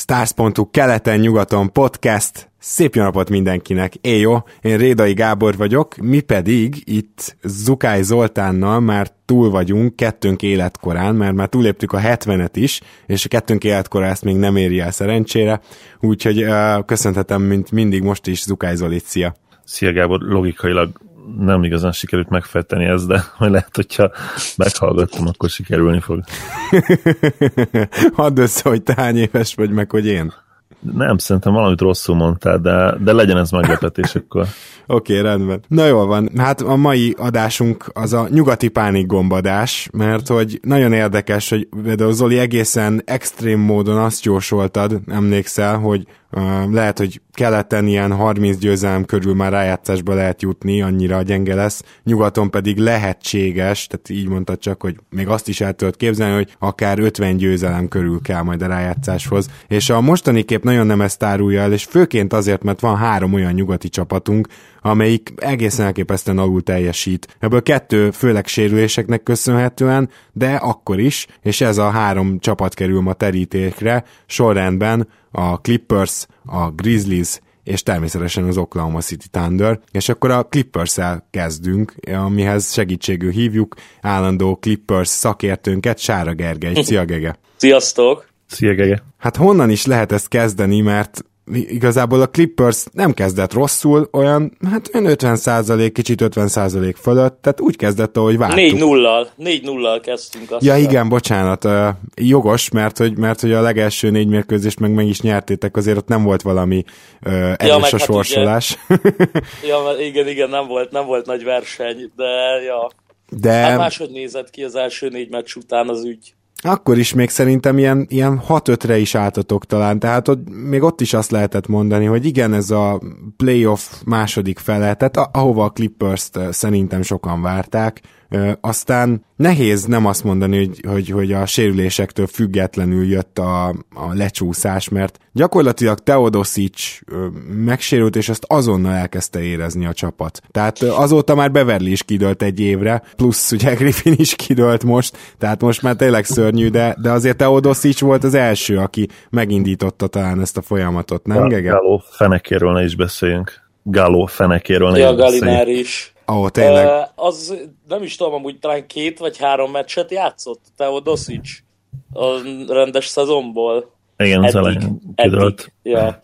Stars.hu keleten-nyugaton podcast. Szép jó napot mindenkinek! Éjjó, én Rédai Gábor vagyok, mi pedig itt Zukály Zoltánnal már túl vagyunk kettőnk életkorán, mert már túléptük a 70-et is, és a kettőnk életkora ezt még nem éri el szerencsére, úgyhogy köszönhetem, mint mindig most is Zukály Zolit, szia! Szia Gábor, logikailag nem igazán sikerült megfejteni ezt, de majd lehet, hogyha meghallgattam, akkor sikerülni fog. Hadd össze, hogy te hány éves vagy, meg hogy én. Nem, szerintem valamit rosszul mondtál, de legyen ez meglepetés akkor. Oké, rendben. Na jól van, hát a mai adásunk az a nyugati pánikgombadás, mert hogy nagyon érdekes, hogy például Zoli egészen extrém módon azt jósoltad, emlékszel, hogy lehet, hogy keleten ilyen 30 győzelem körül már rájátszásba lehet jutni, annyira gyenge lesz, nyugaton pedig lehetséges, tehát így mondtad csak, hogy még azt is el tudod képzelni, hogy akár 50 győzelem körül kell majd a rájátszáshoz. És a mostani kép nagyon nem ezt árulja el, és főként azért, mert van 3 olyan nyugati csapatunk, amelyik egészen elképesztően alul teljesít. Ebből 2 főleg sérüléseknek köszönhetően, de akkor is, és ez a 3 csapat kerül ma terítékre, sorrendben a Clippers, a Grizzlies és természetesen az Oklahoma City Thunder, és akkor a Clippers-el kezdünk, amihez segítségül hívjuk állandó Clippers szakértőnket, Sára Gergely. Szia, Gege! Sziasztok! Szia, Gege! Hát honnan is lehet ezt kezdeni, mert igazából a Clippers nem kezdett rosszul, olyan 50%, kicsit 50% fölött, tehát úgy kezdett, ahogy vártuk. 4-0-al kezdtünk. Ja igen, bocsánat, jogos, mert hogy a legelső 4 mérkőzést meg is nyertétek, azért ott nem volt valami erős a sorsolás. Igen, nem volt nagy verseny, de hát máshogy nézett ki az első 4 meccs után az ügy. Akkor is még szerintem ilyen 6-5-re is álltatok talán, tehát még ott is azt lehetett mondani, hogy igen, ez a playoff második fele, tehát ahova a Clippers-t szerintem sokan várták, aztán nehéz nem azt mondani, hogy a sérülésektől függetlenül jött a lecsúszás, mert gyakorlatilag Teodosic megsérült, és azt azonnal elkezdte érezni a csapat. Tehát azóta már Beverly is kidőlt egy évre, plusz ugye Griffin is kidőlt most, tehát most már tényleg szörnyű, de azért Teodosic volt az első, aki megindította talán ezt a folyamatot, nem, Gege? Gáló fenekéről ne is beszéljünk. Gáló fenekéről ne is beszéljünk. Gallinari is. Tényleg. Az nem is tudom, amúgy talán 2 vagy 3 meccset játszott Teodosic a rendes szezonból. Igen, az elején kidőlt. Ja.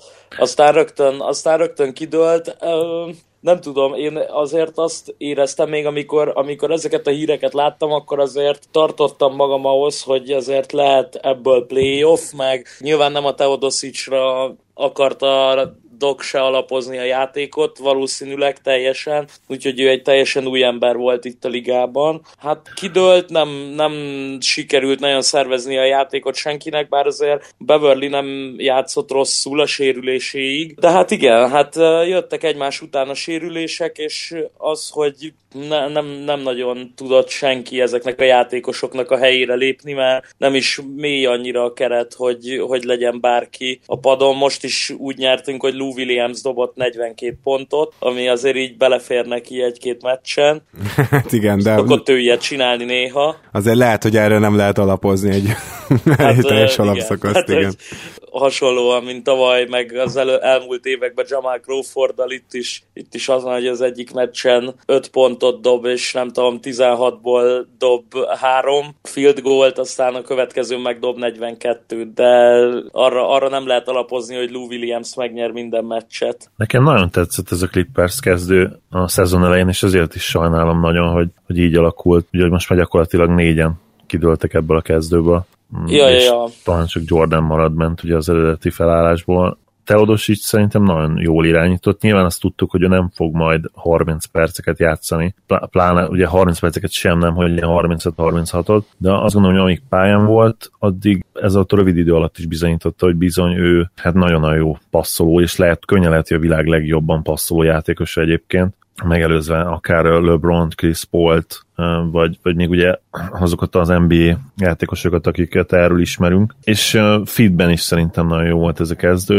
Aztán rögtön kidőlt. Nem tudom, én azért azt éreztem még, amikor ezeket a híreket láttam, akkor azért tartottam magam ahhoz, hogy azért lehet ebből playoff, meg nyilván nem a Teodosicra akarta Doc se alapozni a játékot, valószínűleg teljesen, úgyhogy ő egy teljesen új ember volt itt a ligában. Hát kidőlt, nem sikerült nagyon szervezni a játékot senkinek, bár azért Beverly nem játszott rosszul a sérüléséig. De hát igen, hát jöttek egymás után a sérülések, és az, hogy nem nagyon tudott senki ezeknek a játékosoknak a helyére lépni, mert nem is mély annyira a keret, hogy legyen bárki a padon. Most is úgy nyertünk, hogy Lou Williams dobott 42 pontot, ami azért így belefér neki 1-2 meccsen. Hát igen, de szokott ő ilyet csinálni néha. Azért lehet, hogy erre nem lehet alapozni egy teljes alapszakaszt, igen. Hasonlóan, mint tavaly, meg az elmúlt években Jamal Crawforddal itt is az van, hogy az egyik meccsen 5 pontot dob, és nem tudom, 16-ból dob 3 field goalt, aztán a következő megdob 42-t, de arra nem lehet alapozni, hogy Lou Williams megnyer minden meccset. Nekem nagyon tetszett ez a Clippers kezdő a szezon elején, és azért is sajnálom nagyon, hogy így alakult, ugye, hogy most már gyakorlatilag 4-en kidőltek ebből a kezdőből. Ja. Talán csak Jordan marad ment ugye az eredeti felállásból. Teodosic szerintem nagyon jól irányított. Nyilván azt tudtuk, hogy ő nem fog majd 30 perceket játszani. Pláne ugye 30 perceket sem, nem, hogy 35-36-ot, de azt gondolom, hogy amíg pályán volt, addig ez a rövid idő alatt is bizonyította, hogy bizony ő hát nagyon-nagyon jó passzoló, és könnyen lehet, hogy a világ legjobban passzoló játékosa egyébként, megelőzve akár LeBron, Chris Paul-t, vagy még ugye azokat az NBA játékosokat, akiket erről ismerünk. És fitben is szerintem nagyon jó volt ez a kezdő.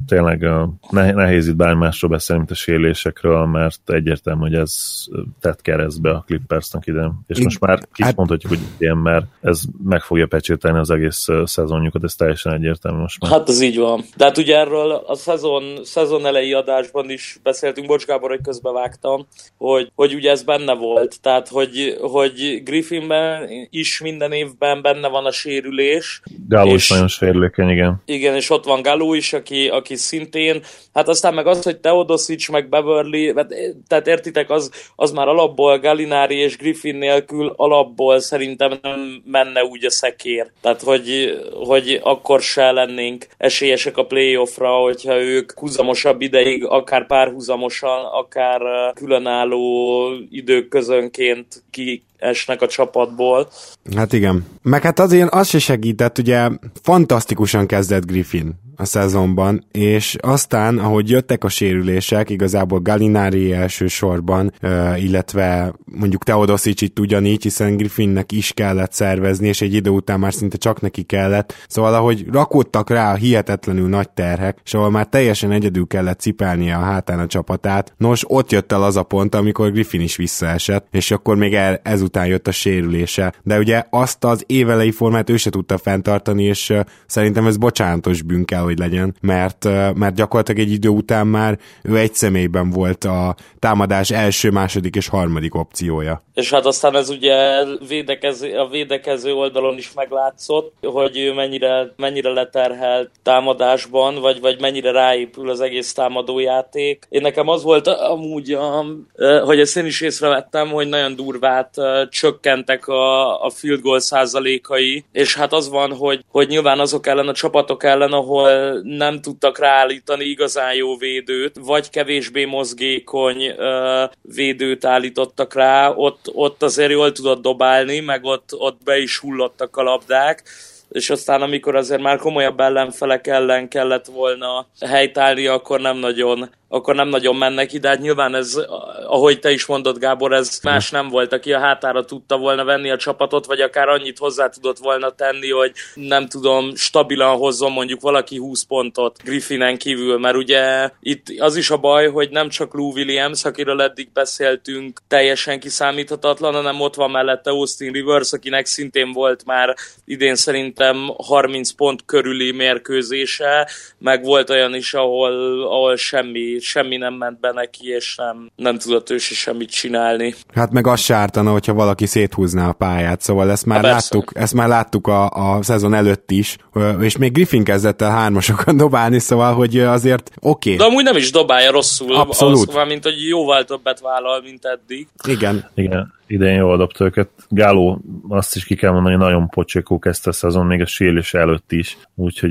tényleg nehéz itt bármi másról beszélni, mint a sérülésekről, mert egyértelmű, hogy ez tett keresztbe a Clippersnek ide. És most már mondhatjuk, hogy ilyen, mert ez meg fogja pecsételni az egész szezonjukat, ez teljesen egyértelmű most már. Hát ez így van. De hát ugye erről a szezon elejé adásban is beszéltünk, bocs Gábor, hogy közbevágtam, hogy ugye ez benne volt. Tehát, hogy Griffinben is minden évben benne van a sérülés. Gallo is nagyon sérülékeny, igen. Igen, és ott van Gallo is, aki szintén, hát aztán meg az, hogy Teodosic, meg Beverly, tehát értitek, az már alapból Gallinari és Griffin nélkül alapból szerintem nem menne úgy a szekér. Tehát, hogy akkor se lennénk esélyesek a playoffra, hogyha ők húzamosabb ideig, akár párhuzamosan, akár különálló időközönként esnek a csapatból. Hát igen. Meg hát azért az se segített, ugye fantasztikusan kezdett Griffin a szezonban, és aztán, ahogy jöttek a sérülések, igazából Gallinari elsősorban, illetve mondjuk Teodosic itt ugyanígy, hiszen Griffinnek is kellett szervezni, és egy idő után már szinte csak neki kellett. Szóval ahogy rakódtak rá a hihetetlenül nagy terhek, és ahol már teljesen egyedül kellett cipelnie a hátán a csapatát, nos, ott jött el az a pont, amikor Griffin is visszaesett, és akkor még ezután jött a sérülése. De ugye azt az évelei formát ő se tudta fenntartani, és szerintem ez bocsánatos bűn kell, hogy legyen, mert gyakorlatilag egy idő után már ő egy személyben volt a támadás első, második és harmadik opciója. És hát aztán ez ugye a védekező oldalon is meglátszott, hogy ő mennyire leterhelt támadásban, vagy mennyire ráépül az egész támadójáték. Én nekem az volt amúgy, hogy ezt én is észrevettem, hogy nagyon durvát csökkentek a field goal százalékai, és hát az van, hogy nyilván azok ellen a csapatok ellen, ahol nem tudtak ráállítani igazán jó védőt, vagy kevésbé mozgékony védőt állítottak rá, ott azért jól tudott dobálni, meg ott be is hullottak a labdák, és aztán amikor azért már komolyabb ellenfelek ellen kellett volna helytállni, akkor nem nagyon mennek ide. Hát nyilván ez, ahogy te is mondod, Gábor, ez más nem volt, aki a hátára tudta volna venni a csapatot, vagy akár annyit hozzá tudott volna tenni, hogy nem tudom, stabilan hozzon mondjuk valaki 20 pontot Griffinen kívül, mert ugye itt az is a baj, hogy nem csak Lou Williams, akiről eddig beszéltünk, teljesen kiszámíthatatlan, hanem ott van mellette Austin Rivers, akinek szintén volt már idén szerintem 30 pont körüli mérkőzése, meg volt olyan is, ahol semmi nem ment be neki, és nem tudott ő se semmit csinálni. Hát meg az sártana, hogyha valaki széthúzná a pályát, szóval ezt már láttuk a szezon előtt is, és még Griffin kezdett el hármasokat dobálni, szóval, hogy azért oké. De amúgy nem is dobálja rosszul, abszolút. Szóval, mint hogy jóval többet vállal, mint eddig. Igen. Idén jól dobta őket. Gallo, azt is ki kell mondani, hogy nagyon pocsékó kezdte a szezon, még a sérülés előtt is, úgyhogy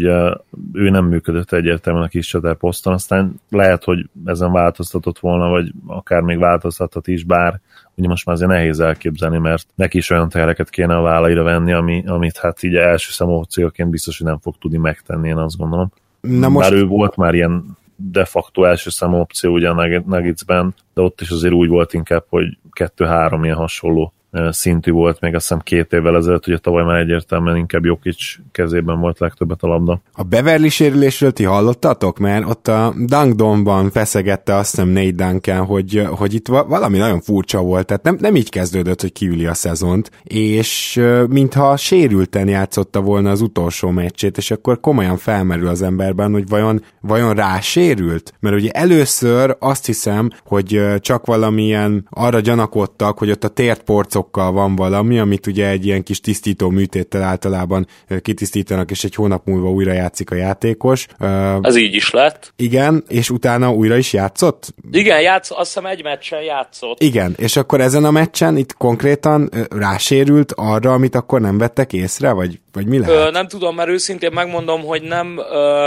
ő nem működött egyértelműen a kis csatárposzton, aztán lehet, hogy ezen változtatott volna, vagy akár még változtathat is, bár ugye most már azért nehéz elképzelni, mert neki is olyan terheket kéne a vállaira venni, amit hát így első számú opcióként biztos, hogy nem fog tudni megtenni, én azt gondolom. Bár ő volt már ilyen de facto első számú opció ugye a Nuggetsben, de ott is azért úgy volt inkább, hogy 2-3 ilyen hasonló szintű volt, még azt hiszem 2 évvel ezelőtt, ugye tavaly már egyértelműen inkább Jokic kezében volt legtöbbet a labda. A Beverly sérülésről ti hallottatok? Mert ott a Dunk Dome-ban feszegette azt hiszem Nate Duncan, hogy itt valami nagyon furcsa volt, tehát nem így kezdődött, hogy kiüli a szezont, és mintha sérülten játszotta volna az utolsó meccsét, és akkor komolyan felmerül az emberben, hogy vajon rásérült? Mert ugye először azt hiszem, hogy csak valamilyen arra gyanakodtak, hogy ott a tértporcokkal van valami, amit ugye egy ilyen kis tisztító műtéttel általában kitisztítanak, és egy hónap múlva újra játszik a játékos. Ez így is lett. Igen, és utána újra is játszott? Igen, azt hiszem egy meccsen játszott. Igen, és akkor ezen a meccsen itt konkrétan rásérült arra, amit akkor nem vettek észre, vagy mi lehet? Nem tudom, mert őszintén megmondom, hogy nem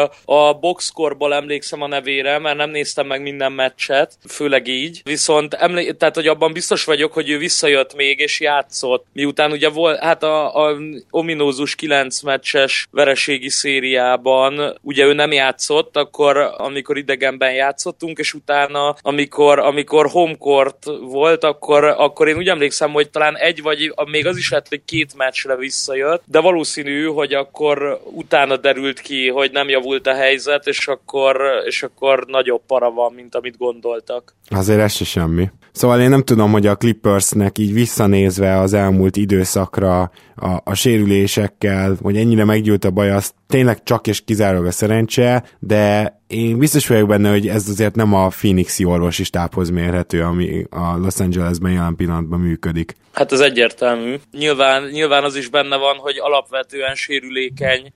a boxscore-ból emlékszem a nevére, mert nem néztem meg minden meccset, főleg így, viszont tehát, hogy abban biztos vagyok, hogy ő visszajött még, és játszott. Miután ugye volt, hát a ominózus 9 meccses vereségi szériában, ugye ő nem játszott, akkor, amikor idegenben játszottunk, és utána, amikor homecourt volt, akkor én úgy emlékszem, hogy talán egy, vagy még az is lett, hogy 2 meccsre visszajött, de valószínűleg valószínű, hogy akkor utána derült ki, hogy nem javult a helyzet, és akkor nagyobb para van, mint amit gondoltak. Azért ez se semmi. Szóval én nem tudom, hogy a Clippersnek így visszanézve az elmúlt időszakra a sérülésekkel, hogy ennyire meggyűlt a baj, az tényleg csak és kizárólag a szerencse, de én biztos vagyok benne, hogy ez azért nem a Phoenixi orvosi stábhoz mérhető, ami a Los Angelesben jelen pillanatban működik. Hát ez egyértelmű. Nyilván az is benne van, hogy alapvetően sérülékeny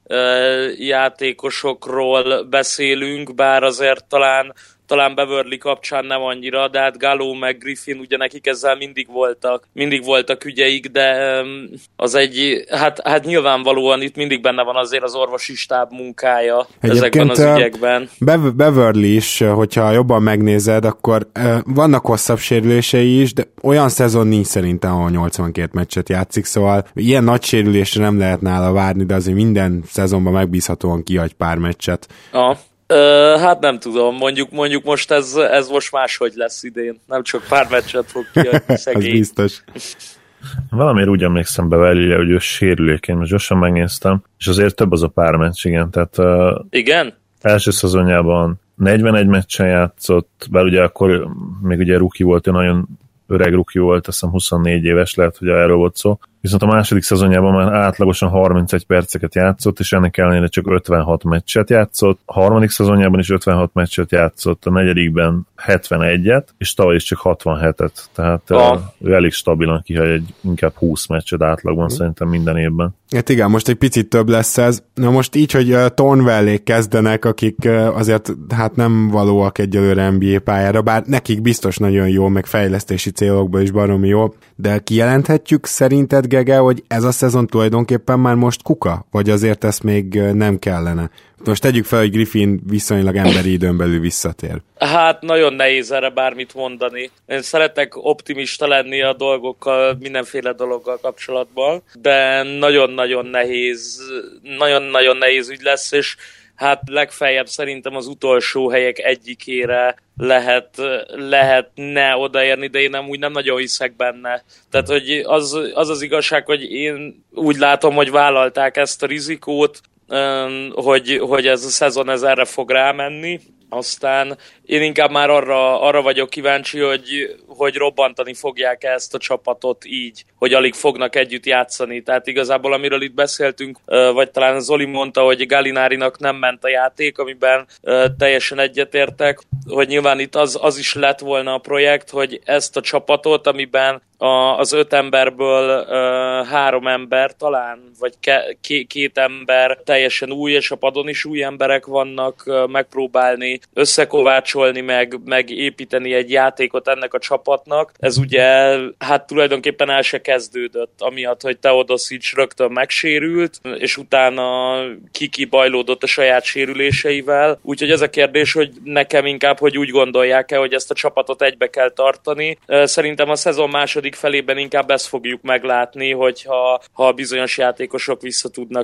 játékosokról beszélünk, bár azért talán Beverly kapcsán nem annyira, de hát Gallo meg Griffin, ugye nekik ezzel mindig voltak ügyeik, de az egy, hát nyilvánvalóan itt mindig benne van azért az orvosi stáb munkája ezekben az ügyekben. Beverly is, hogyha jobban megnézed, akkor vannak hosszabb sérülései is, de olyan szezon nincs szerintem, ahol 82 meccset játszik, szóval ilyen nagy sérülésre nem lehet nála várni, de azért minden szezonban megbízhatóan kihagy pár meccset. Hát nem tudom, mondjuk most ez most máshogy lesz idén. Nem csak pár meccset fog kiadni, szegény. Az biztos. Valamiért úgy emlékszem Beverly-re, hogy ő sérülékeny, most gyorsan megnéztem, és azért több az a pár meccs, igen. Tehát, igen? Első szezonjában 41 meccsen játszott, bár ugye akkor még ugye rookie volt, ő nagyon öreg rookie volt, azt hiszem 24 éves, lehet, hogy erről volt szó. Viszont a második szezonjában már átlagosan 31 perceket játszott, és ennek ellenére csak 56 meccset játszott. A harmadik szezonjában is 56 meccset játszott, a negyedikben 71-et, és tavaly is csak 67-et. Tehát ő elég stabilan kihagy inkább 20 meccset átlagban szerintem minden évben. Hát igen, most egy picit több lesz ez. Na most így, hogy Thornwellék kezdenek, akik azért hát nem valóak egyelőre NBA pályára, bár nekik biztos nagyon jó, meg fejlesztési célokból is baromi jó, de kijelenthetjük szerinted, Gege, hogy ez a szezon tulajdonképpen már most kuka? Vagy azért ezt még nem kellene? Most tegyük fel, hogy Griffin viszonylag emberi időn belül visszatér. Hát nagyon nehéz erre bármit mondani. Én szeretek optimista lenni a dolgokkal, mindenféle dologgal kapcsolatban, de nagyon-nagyon nehéz ügy lesz, és hát legfeljebb szerintem az utolsó helyek egyikére lehetne odaérni, de én nem nagyon hiszek benne. Tehát, hogy az igazság, hogy én úgy látom, hogy vállalták ezt a rizikót, hogy ez a szezon erre fog rámenni. Aztán én inkább már arra vagyok kíváncsi, hogy robbantani fogják ezt a csapatot így, hogy alig fognak együtt játszani. Tehát igazából amiről itt beszéltünk, vagy talán Zoli mondta, hogy Gallinarinak nem ment a játék, amiben teljesen egyetértek, hogy nyilván itt az is lett volna a projekt, hogy ezt a csapatot, amiben az 5 emberből 3 ember talán, vagy 2 ember teljesen új, és a padon is új emberek vannak, megpróbálni összekovácsolni, meg építeni egy játékot ennek a csapatnak. Ez ugye hát tulajdonképpen el se kezdődött, amiatt, hogy Teodosic rögtön megsérült, és utána Kiki bajlódott a saját sérüléseivel. Úgyhogy ez a kérdés, hogy nekem inkább, hogy úgy gondolják-e, hogy ezt a csapatot egybe kell tartani. Szerintem a szezon második felében inkább ezt fogjuk meglátni, hogyha bizonyos játékosok vissza tudnak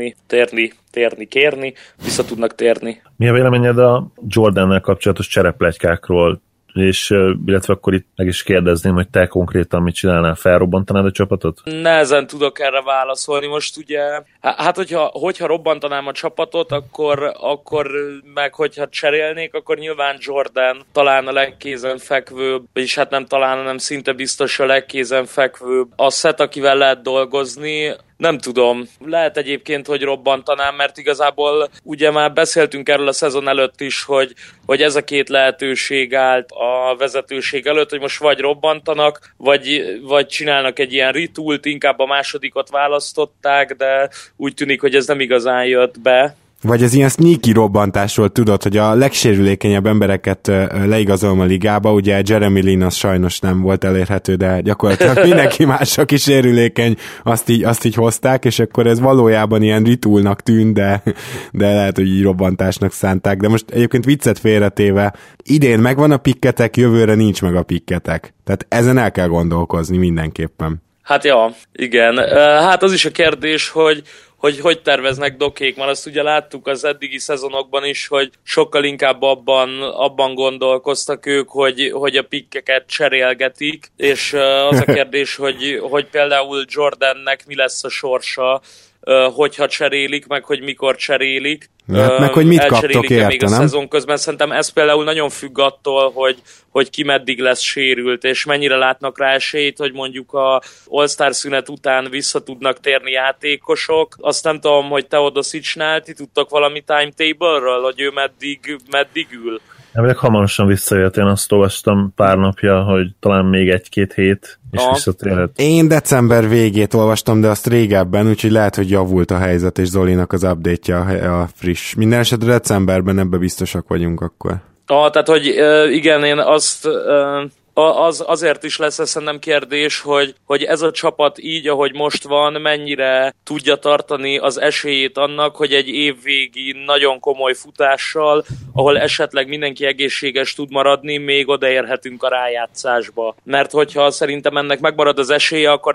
vissza tudnak térni. Mi a véleményed a Jordannel kapcsolatos cserepletykákról? És illetve akkor itt meg is kérdezném, hogy te konkrétan mit csinálnál, felrobbantanád a csapatot? Nehezen tudok erre válaszolni. Most ugye, hát hogyha robbantanám a csapatot, akkor meg hogyha cserélnék, akkor nyilván Jordan talán a legkézenfekvőbb, vagyis hát nem talán, hanem szinte biztos a legkézenfekvőbb asszet, akivel lehet dolgozni. Nem tudom. Lehet egyébként, hogy robbantanám, mert igazából ugye már beszéltünk erről a szezon előtt is, hogy ez a 2 lehetőség állt a vezetőség előtt, hogy most vagy robbantanak, vagy csinálnak egy ilyen retoolt, inkább a másodikot választották, de úgy tűnik, hogy ez nem igazán jött be. Vagy ez ilyen sneaky robbantásról tudod, hogy a legsérülékenyebb embereket leigazolom a ligába, ugye Jeremy Lin az sajnos nem volt elérhető, de gyakorlatilag mindenki más, aki sérülékeny, azt így hozták, és akkor ez valójában ilyen ritoolnak tűnt, de lehet, hogy így robbantásnak szánták. De most egyébként viccet félretéve, idén megvan a pikketek, jövőre nincs meg a pikketek. Tehát ezen el kell gondolkozni mindenképpen. Hát ja, igen. Hát az is a kérdés, hogy terveznek Dokék, mert azt ugye láttuk az eddigi szezonokban is, hogy sokkal inkább abban gondolkoztak ők, hogy a pikkeket cserélgetik, és az a kérdés, hogy például Jordannek mi lesz a sorsa, hogyha cserélik, meg hogy mikor cserélik. Hát meg hogy mit kaptok érte, még a szezon közben. Szerintem ez például nagyon függ attól, hogy ki meddig lesz sérült, és mennyire látnak rá esélyt, hogy mondjuk a All-Star szünet után vissza tudnak térni játékosok. Azt nem tudom, hogy Teodosicnál ti tudtak valami timetable-ről, hogy ő meddig ül? Elvileg hamarosan visszajött, én azt olvastam pár napja, hogy talán még 1-2 hét és visszatérhet. Én december végét olvastam, de azt régebben, úgyhogy lehet, hogy javult a helyzet, és Zolinak az update-ja a friss. Minden esetre decemberben ebbe biztosak vagyunk akkor. Tehát, hogy igen, én azt... azért is lesz szerintem kérdés, hogy ez a csapat így, ahogy most van, mennyire tudja tartani az esélyét annak, hogy egy évvégi nagyon komoly futással, ahol esetleg mindenki egészséges tud maradni, még odaérhetünk a rájátszásba. Mert hogyha szerintem ennek megmarad az esélye, akkor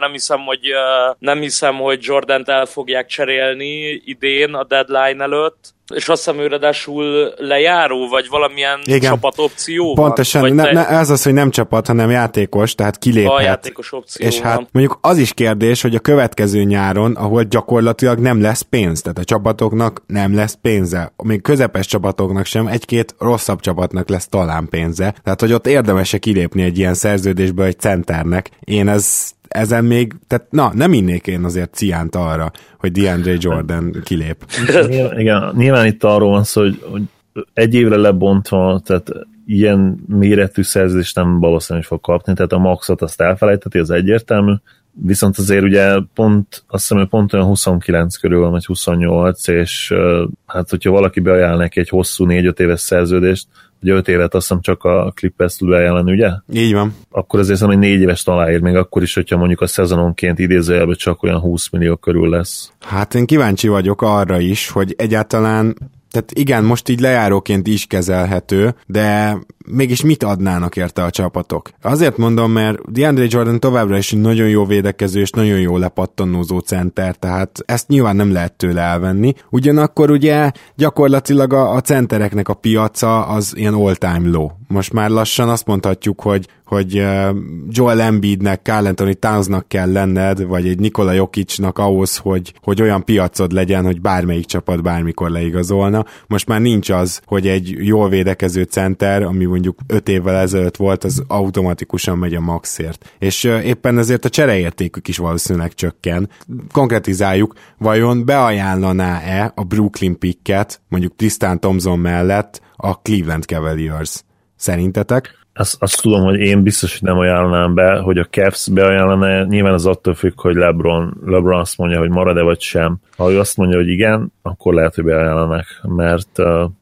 nem hiszem, hogy Jordant el fogják cserélni idén a deadline előtt. És azt hiszem, ő ráadásul lejáró, vagy valamilyen csapatopció van? Pontosan, ez az, hogy nem csapat, hanem játékos, tehát kiléphet. A játékos opció és van. hát mondjuk az is kérdés, hogy a következő nyáron, ahol gyakorlatilag nem lesz pénz, tehát a csapatoknak nem lesz pénze. Még közepes csapatoknak sem, egy-két rosszabb csapatnak lesz talán pénze. Tehát, hogy ott érdemes-e kilépni egy ilyen szerződésből egy centernek. Én ezen még, tehát nem innék én azért ciánt arra, hogy DeAndre Jordan kilép. Igen, nyilván itt arról van szó, hogy egy évre lebontva, tehát ilyen méretű szerződést nem valószínűleg fog kapni, tehát a maxot azt elfelejteti, az egyértelmű, viszont azért ugye azt hiszem, hogy pont olyan 29 körül van, vagy 28, és hát hogyha valaki beajánl neki egy hosszú 4-5 éves szerződést, ugye 5 évet azt hiszem csak a Clippers tud beajánlani, ugye? Így van. Akkor azért szerintem, hogy 4 éves aláír, még akkor is, hogyha mondjuk a szezononként idézőjelben csak olyan 20 millió körül lesz. Hát én kíváncsi vagyok arra is, hogy egyáltalán, tehát igen, most így lejáróként is kezelhető, de mégis mit adnának érte a csapatok? Azért mondom, mert DeAndre Jordan továbbra is nagyon jó védekező és nagyon jó lepattanózó center, tehát ezt nyilván nem lehet tőle elvenni. Ugyanakkor ugye gyakorlatilag a centereknek a piaca az ilyen all-time low. Most már lassan azt mondhatjuk, hogy Joel Embiidnek, Karl Anthony Townsnak kell lenned, vagy egy Nikola Jokicnak ahhoz, hogy olyan piacod legyen, hogy bármelyik csapat bármikor leigazolna. Most már nincs az, hogy egy jól védekező center, ami mondjuk 5 évvel ezelőtt volt, az automatikusan megy a maxért. És éppen ezért a csereértékük is valószínűleg csökken. Konkretizáljuk, vajon beajánlaná-e a Brooklyn picket, mondjuk Tristan Thompson mellett a Cleveland Cavaliers? Szerintetek? Azt tudom, hogy én biztos, hogy nem ajánlanám be, hogy a Cavs beajánlaná, nyilván az attól függ, hogy LeBron azt mondja, hogy marad-e vagy sem. Ha ő azt mondja, hogy igen, akkor lehet, hogy beajánlanak, mert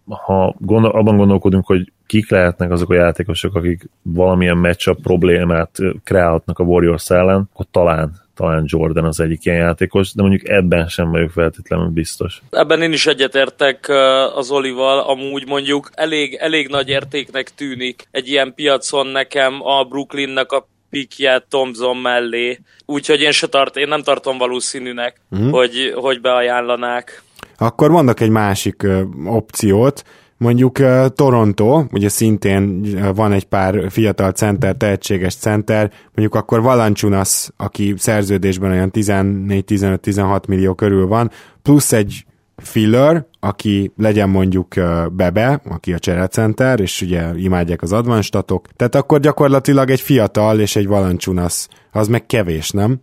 ha abban gondolkodunk, hogy kik lehetnek azok a játékosok, akik valamilyen matchup problémát kreálhatnak a Warriors ellen, akkor talán Jordan az egyik ilyen játékos, de mondjuk ebben sem vagyok feltétlenül biztos. Ebben én is egyetértek az Olival, amúgy mondjuk elég nagy értéknek tűnik egy ilyen piacon nekem a Brooklynnak a pickje Thompson mellé. Úgyhogy én nem tartom valószínűnek, hogy beajánlanák. Akkor mondok egy másik opciót. Mondjuk Toronto, ugye szintén van egy pár fiatal center, tehetséges center, mondjuk akkor Valanciunas, aki szerződésben olyan 14-15-16 millió körül van, plusz egy filler, aki legyen mondjuk Bebe, aki a cserecenter, és ugye imádják az advanced statok, tehát akkor gyakorlatilag egy fiatal és egy Valanciunas, az meg kevés, nem?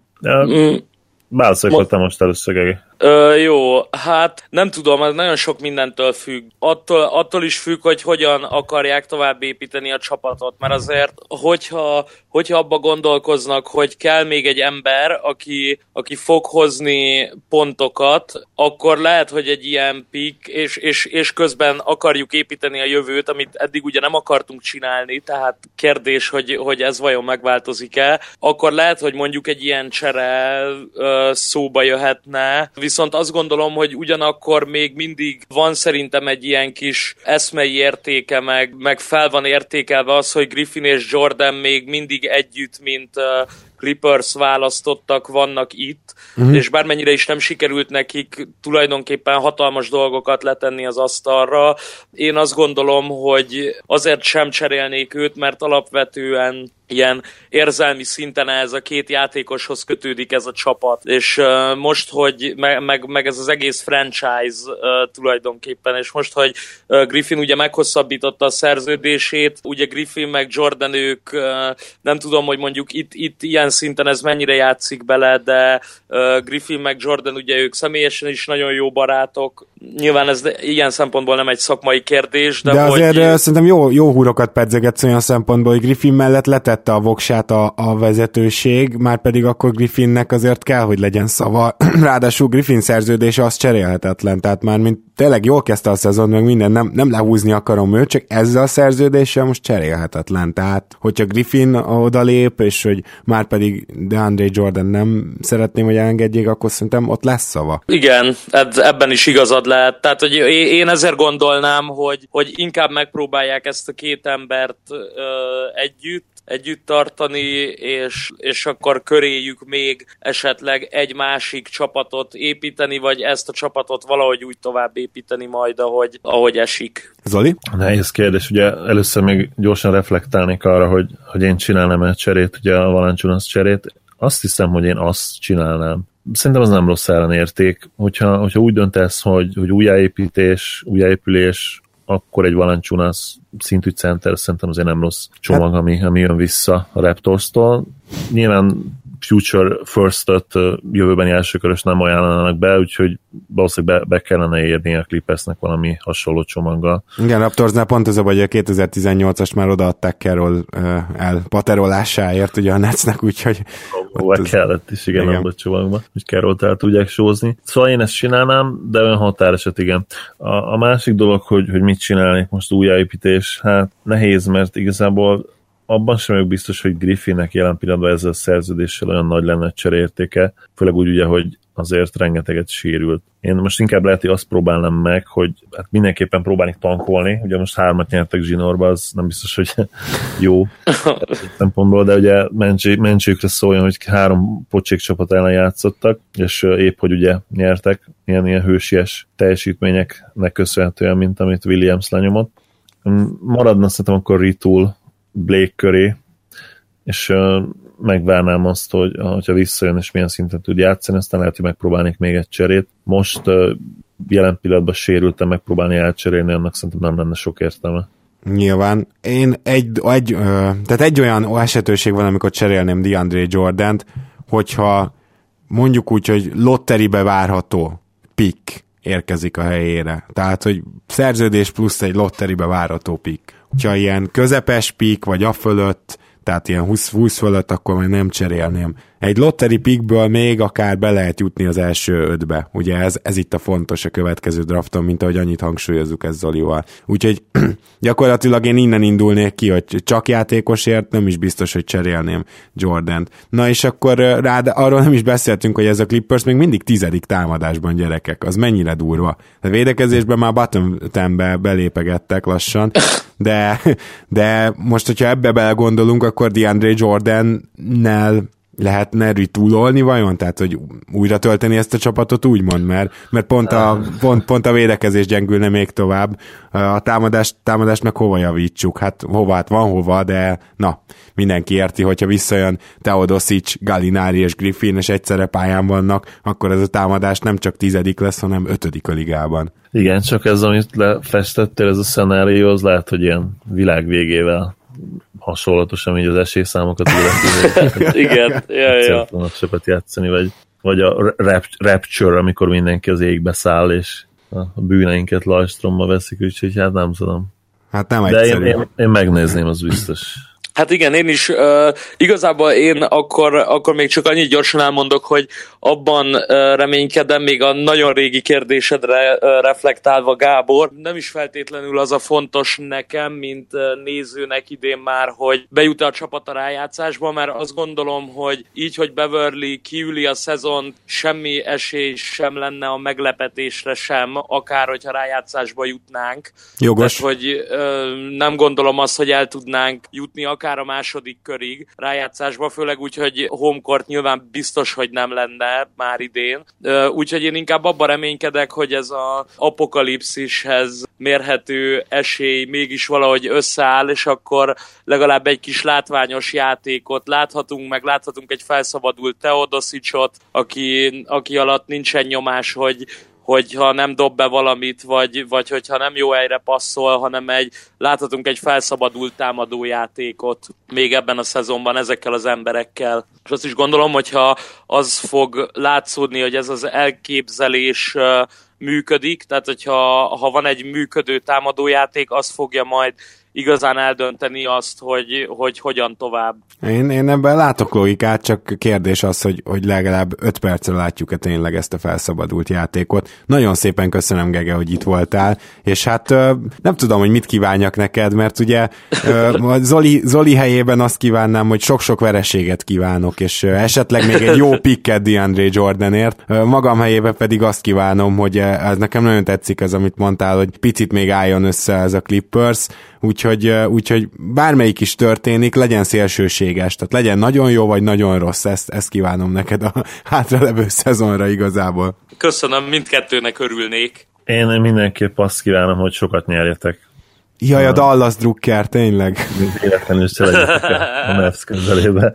Válaszolj most először, Gegi. Jó, hát nem tudom, ez nagyon sok mindentől függ. Attól is függ, hogy hogyan akarják tovább építeni a csapatot, mert azért, hogyha abba gondolkoznak, hogy kell még egy ember, aki fog hozni pontokat, akkor lehet, hogy egy ilyen pick, és közben akarjuk építeni a jövőt, amit eddig ugye nem akartunk csinálni, tehát kérdés, hogy ez vajon megváltozik-e, akkor lehet, hogy mondjuk egy ilyen csere szóba jöhetne, viszont azt gondolom, hogy ugyanakkor még mindig van szerintem egy ilyen kis eszmei értéke, meg fel van értékelve az, hogy Griffin és Jordan még mindig együtt, mint Clippers választottak vannak itt, és bármennyire is nem sikerült nekik tulajdonképpen hatalmas dolgokat letenni az asztalra, én azt gondolom, hogy azért sem cserélnék őt, mert alapvetően ilyen érzelmi szinten ez a két játékoshoz kötődik ez a csapat. És most, hogy meg ez az egész franchise tulajdonképpen, és most, hogy Griffin ugye meghosszabbította a szerződését, ugye Griffin meg Jordan ők nem tudom, hogy mondjuk itt ilyen szinten ez mennyire játszik bele, de Griffin meg Jordan ugye ők személyesen is nagyon jó barátok. Nyilván ez ilyen szempontból nem egy szakmai kérdés, de azért szerintem jó húrokat pedzegetsz olyan szempontból, hogy Griffin mellett letette a voksát a vezetőség, már pedig akkor Griffinnek azért kell, hogy legyen szava. Ráadásul Griffin szerződése az cserélhetetlen, tehát már mint tényleg jól kezdte a szezon, meg minden, nem lehúzni akarom őt, csak ezzel a szerződéssel most cserélhetetlen. Tehát, hogyha Griffin odalép, és hogy már pedig DeAndre Jordan nem szeretném, hogy elengedjék, akkor szerintem ott lesz szava. Igen, ebben is igazad lehet. Tehát, hogy én ezért gondolnám, hogy inkább megpróbálják ezt a két embert együtt tartani, és akkor köréjük még esetleg egy másik csapatot építeni, vagy ezt a csapatot valahogy úgy tovább építeni majd, ahogy esik. Zoli? Nehéz kérdés, ugye először még gyorsan reflektálnék arra, hogy én csinálnám egy cserét, ugye a Valanciunas cserét. Azt hiszem, hogy én azt csinálnám. Szerintem az nem rossz ellenérték, hogyha úgy döntesz, hogy újjáépülés, akkor egy Valanciunas szintű center szerintem azért nem rossz csomag, ami jön vissza a Raptors-tól. Nyilván future first-öt jövőbeni elsőkörös nem ajánlanak be, úgyhogy valószínűleg be kellene érni a Clippersnek valami hasonló csomaggal. Igen, Raptorsnál pont ez a baj, a 2018-as már odaadták Carroll elpaterolásáért ugye a Netsnek, úgyhogy kellett is, igen. Abban a csomagban, hogy Carrollt el tudják sózni. Szóval én ezt csinálnám, de olyan határeset, igen. A másik dolog, hogy mit csinálnék most újjáépítés, hát nehéz, mert igazából abban sem vagyok biztos, hogy Griffinnek jelen pillanatban ezzel a szerződéssel olyan nagy lenne cseréértéke, főleg úgy ugye, hogy azért rengeteget sérült. Én most inkább lehet, hogy azt próbálnám meg, hogy hát mindenképpen próbálni tankolni, ugye most 3 nyertek zsinórba, az nem biztos, hogy jó szempontból, de ugye mentsőkre szóljon, hogy 3 pocsék csapat ellen játszottak, és épp, hogy ugye nyertek ilyen hősies teljesítményeknek köszönhetően, mint amit Williams lenyomott. Maradna szerintem akkor Ritul Blake köré, és megvárnám azt, hogy ha visszajön és milyen szinten tud játszani, aztán lehet, hogy megpróbálnék még egy cserét. Most jelen pillanatban sérültem megpróbálni elcserélni, annak szerintem nem lenne sok értelme. Nyilván. Én tehát egy olyan esetőség van, amikor cserélném DeAndre Jordant, hogyha mondjuk úgy, hogy lotteribe várható pick érkezik a helyére. Tehát, hogy szerződés plusz egy lotteribe várható pick. Ha ilyen közepes pick, vagy a fölött, tehát ilyen 20 fölött, akkor majd nem cserélném. Egy lotteri pickből még akár be lehet jutni az első 5-be. Ugye ez itt a fontos a következő drafton, mint ahogy annyit hangsúlyozzuk ez Zolival. Úgyhogy gyakorlatilag én innen indulnék ki, hogy csak játékosért nem is biztos, hogy cserélném Jordant. Na és akkor arról nem is beszéltünk, hogy ez a Clippers még mindig 10. támadásban, gyerekek. Az mennyire durva. A védekezésben már bottom 10-be belépegettek lassan, de most, hogyha ebbe belegondolunk, akkor DeAndre Jordannel lehetne ritúlolni vajon? Tehát, hogy újra tölteni ezt a csapatot úgymond, mert pont a védekezés gyengülne még tovább. A támadást meg hova javítsuk? Hát van hova, de na, mindenki érti, hogyha visszajön Teodosic, Gallinari és Griffin, és egyszerre pályán vannak, akkor ez a támadás nem csak 10. lesz, hanem 5. a ligában. Igen, csak ez, amit lefestettél, ez a szenárió, az lehet, hogy ilyen világ végével hasonlatos, ami az esélyszámokat illeti. Igen, ja. Sokat játszani, vagy a Rapture, amikor mindenki az égbe száll, és a bűneinket lajstromba veszik, úgyhogy hát nem tudom. Hát nem egyszerű. De én megnézném, az biztos. Hát igen, én is igazából én akkor még csak annyit gyorsan elmondok, hogy abban reménykedem, még a nagyon régi kérdésedre reflektálva, Gábor, nem is feltétlenül az a fontos nekem, mint nézőnek idén már, hogy bejut a csapat a rájátszásba, mert azt gondolom, hogy így, hogy Beverly kiüli a szezont, semmi esély sem lenne a meglepetésre sem, akár hogyha rájátszásba jutnánk. Jogos. Tehát, hogy nem gondolom azt, hogy el tudnánk jutni akár akár a második körig rájátszásba, főleg úgy, hogy homecourt nyilván biztos, hogy nem lenne már idén. Úgyhogy én inkább abban reménykedek, hogy ez az apokalipszishez mérhető esély mégis valahogy összeáll, és akkor legalább egy kis látványos játékot láthatunk egy felszabadult Teodosicsot, aki alatt nincsen nyomás, hogyha nem dob be valamit, vagy hogyha nem jó helyre passzol, hanem láthatunk egy felszabadult támadójátékot még ebben a szezonban ezekkel az emberekkel. És azt is gondolom, hogyha az fog látszódni, hogy ez az elképzelés működik, tehát hogyha van egy működő támadójáték, az fogja majd igazán eldönteni azt, hogy hogyan tovább. Én ebben látok logikát, csak kérdés az, hogy legalább 5 percre látjuk-e tényleg ezt a felszabadult játékot. Nagyon szépen köszönöm, Gege, hogy itt voltál, és hát nem tudom, hogy mit kívánjak neked, mert ugye Zoli helyében azt kívánnám, hogy sok-sok vereséget kívánok, és esetleg még egy jó picket DeAndre Jordanért. Magam helyében pedig azt kívánom, hogy ez nekem nagyon tetszik ez, amit mondtál, hogy picit még álljon össze ez a Clippers, úgyhogy bármelyik is történik, legyen szélsőséges, tehát legyen nagyon jó, vagy nagyon rossz, ezt kívánom neked a hátralevő szezonra igazából. Köszönöm, mindkettőnek örülnék. Én mindenképp azt kívánom, hogy sokat nyerjetek. Jaj, a Dallas Drucker, tényleg. Véletlenül se legyetek a Mavs közelébe.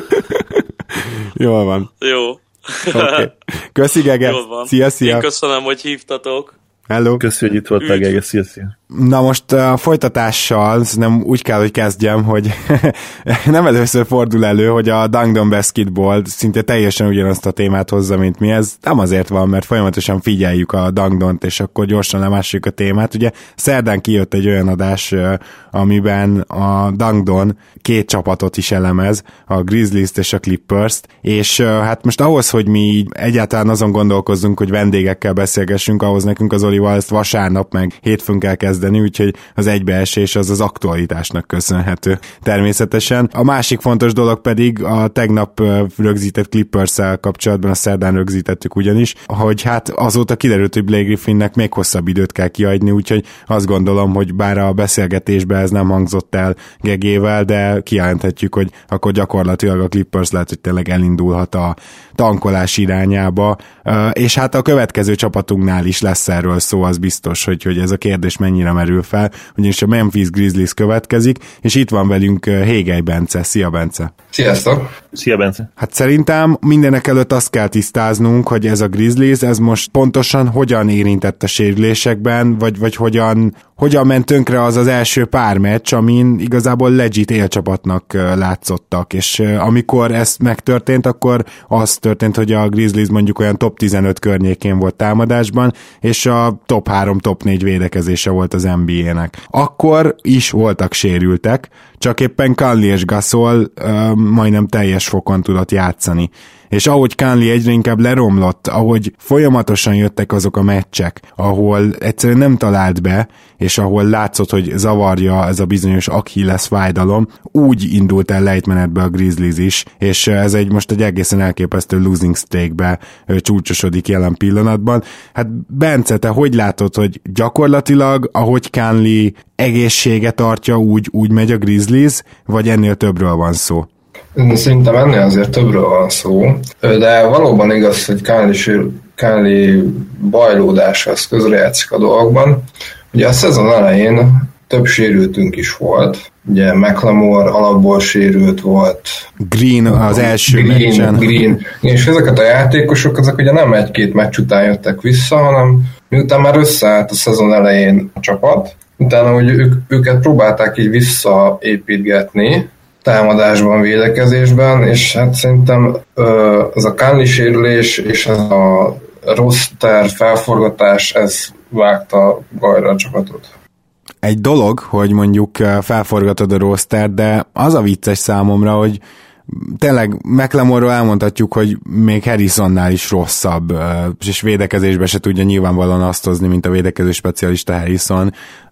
Jól van. Jó. Okay. Köszi, Gege. Szia. Én köszönöm, hogy hívtatok. Hello. Köszi, hogy itt voltál, Gege. Szia. Na most a folytatással nem úgy kell, hogy kezdjem, hogy nem először fordul elő, hogy a Dunk Basketball szinte teljesen ugyanazt a témát hozza, mint mi. Ez nem azért van, mert folyamatosan figyeljük a Dunkdont, és akkor gyorsan lemássuk a témát. Ugye szerdán kijött egy olyan adás, amiben a Dunkdon 2 csapatot is elemez, a Grizzlies-t és a Clippers-t, és hát most ahhoz, hogy mi egyáltalán azon gondolkozzunk, hogy vendégekkel beszélgessünk, ahhoz nekünk az Olival ezt vasárnap meg hétfőn kell kezdeni, úgyhogy az egybeesés az aktualitásnak köszönhető természetesen. A másik fontos dolog pedig a tegnap rögzített Clippers-szel kapcsolatban, a szerdán rögzítettük ugyanis, hogy hát azóta kiderült, hogy Blake Griffinnek még hosszabb időt kell kiadni, úgyhogy azt gondolom, hogy bár a beszélgetésben ez nem hangzott el Gegével, de kijelenthetjük, hogy akkor gyakorlatilag a Clippers lehet, hogy tényleg elindulhat a tankolás irányába, és hát a következő csapatunknál is lesz erről szó, az biztos, hogy ez a kérdés mennyire merül fel, ugyanis a Memphis Grizzlies következik, és itt van velünk Hégely Bence. Szia, Bence! Sziasztok! Szia, Bence! Hát szerintem mindenek előtt azt kell tisztáznunk, hogy ez a Grizzlies, ez most pontosan hogyan érintett a sérülésekben, vagy hogyan ment tönkre az első pár meccs, amin igazából legit élcsapatnak látszottak, és amikor ez megtörtént, akkor az történt, hogy a Grizzlies mondjuk olyan top 15 környékén volt támadásban, és a top 3, top 4 védekezése volt az NBA-nek. Akkor is voltak sérültek, csak éppen Conley és Gasol majdnem teljes fokon tudott játszani. És ahogy Conley egyre inkább leromlott, ahogy folyamatosan jöttek azok a meccsek, ahol egyszerűen nem talált be, és ahol látszott, hogy zavarja ez a bizonyos Achilles fájdalom, úgy indult el lejtmenetbe a Grizzlies is, és ez most egy egészen elképesztő losing streakbe csúcsosodik jelen pillanatban. Hát Bence, te hogy látod, hogy gyakorlatilag, ahogy Conley egészsége tartja, úgy megy a Grizzlies, vagy ennél többről van szó? Szerintem ennél azért többről van szó, de valóban igaz, hogy Conley bajlódása az közrejátszik a dolgokban. Ugye a szezon elején több sérültünk is volt, ugye McLemore alapból sérült volt. Green az első meccsen. Green. És ezeket a játékosok, ezek ugye nem 1-2 meccs után jöttek vissza, hanem miután már összeállt a szezon elején a csapat, utána hogy őket próbálták így visszaépítgetni, támadásban, védekezésben, és hát szerintem ez a Conley sérülés és ez a roster felforgatás, ez vágta bajra a csapatot. Egy dolog, hogy mondjuk felforgatod a roster, de az a vicces számomra, hogy tényleg McLemoreról elmondhatjuk, hogy még Harrisonnál is rosszabb, és védekezésbe se tudja nyilvánvalóan azt hozni, mint a védekező specialista Harrison,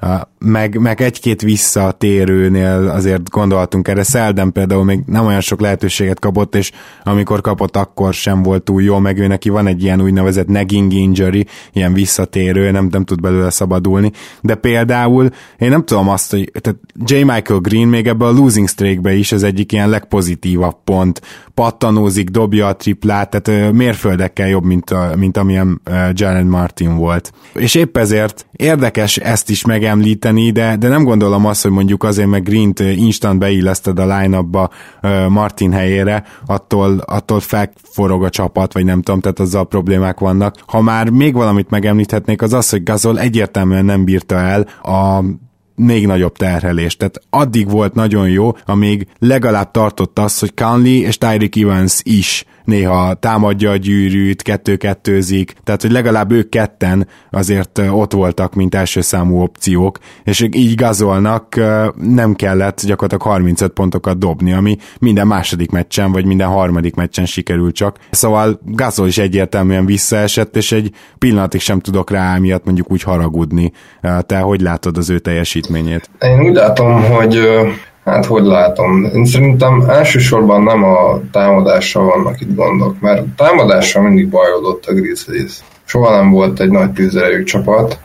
meg egy-két visszatérőnél azért gondolhatunk erre. Selden például még nem olyan sok lehetőséget kapott, és amikor kapott, akkor sem volt túl jó, meg ő neki van egy ilyen úgynevezett nagging injury, ilyen visszatérő, nem tud belőle szabadulni, de például én nem tudom azt, hogy tehát J. Michael Green még ebbe a losing streakbe is az egyik ilyen legpozitívabb pont, pattanózik, dobja a triplát, tehát mérföldekkel jobb, mint amilyen Jalen Martin volt. És épp ezért érdekes ezt is megemlíteni, de nem gondolom azt, hogy mondjuk azért meg Greent instant beilleszted a line-upba Martin helyére, attól felforog a csapat, vagy nem tudom, tehát azzal problémák vannak. Ha már még valamit megemlíthetnék, az az, hogy Gasol egyértelműen nem bírta el a még nagyobb terhelést. Tehát addig volt nagyon jó, amíg legalább tartott az, hogy Conley és Tyreek Evans is néha támadja a gyűrűt, 2-2-zik, tehát hogy legalább ők ketten azért ott voltak, mint első számú opciók, és így Gasolnak nem kellett gyakorlatilag 35 pontokat dobni, ami minden második meccsen, vagy minden harmadik meccsen sikerült csak. Szóval Gasol is egyértelműen visszaesett, és egy pillanatig sem tudok rá miatt mondjuk úgy haragudni. Te hogy látod az ő teljesítményét? Én úgy látom, hogy hogy látom? Én szerintem elsősorban nem a támadással vannak itt gondok, mert támadással mindig bajlódott a Grizzlies. Soha nem volt egy nagy tűzerejű csapat,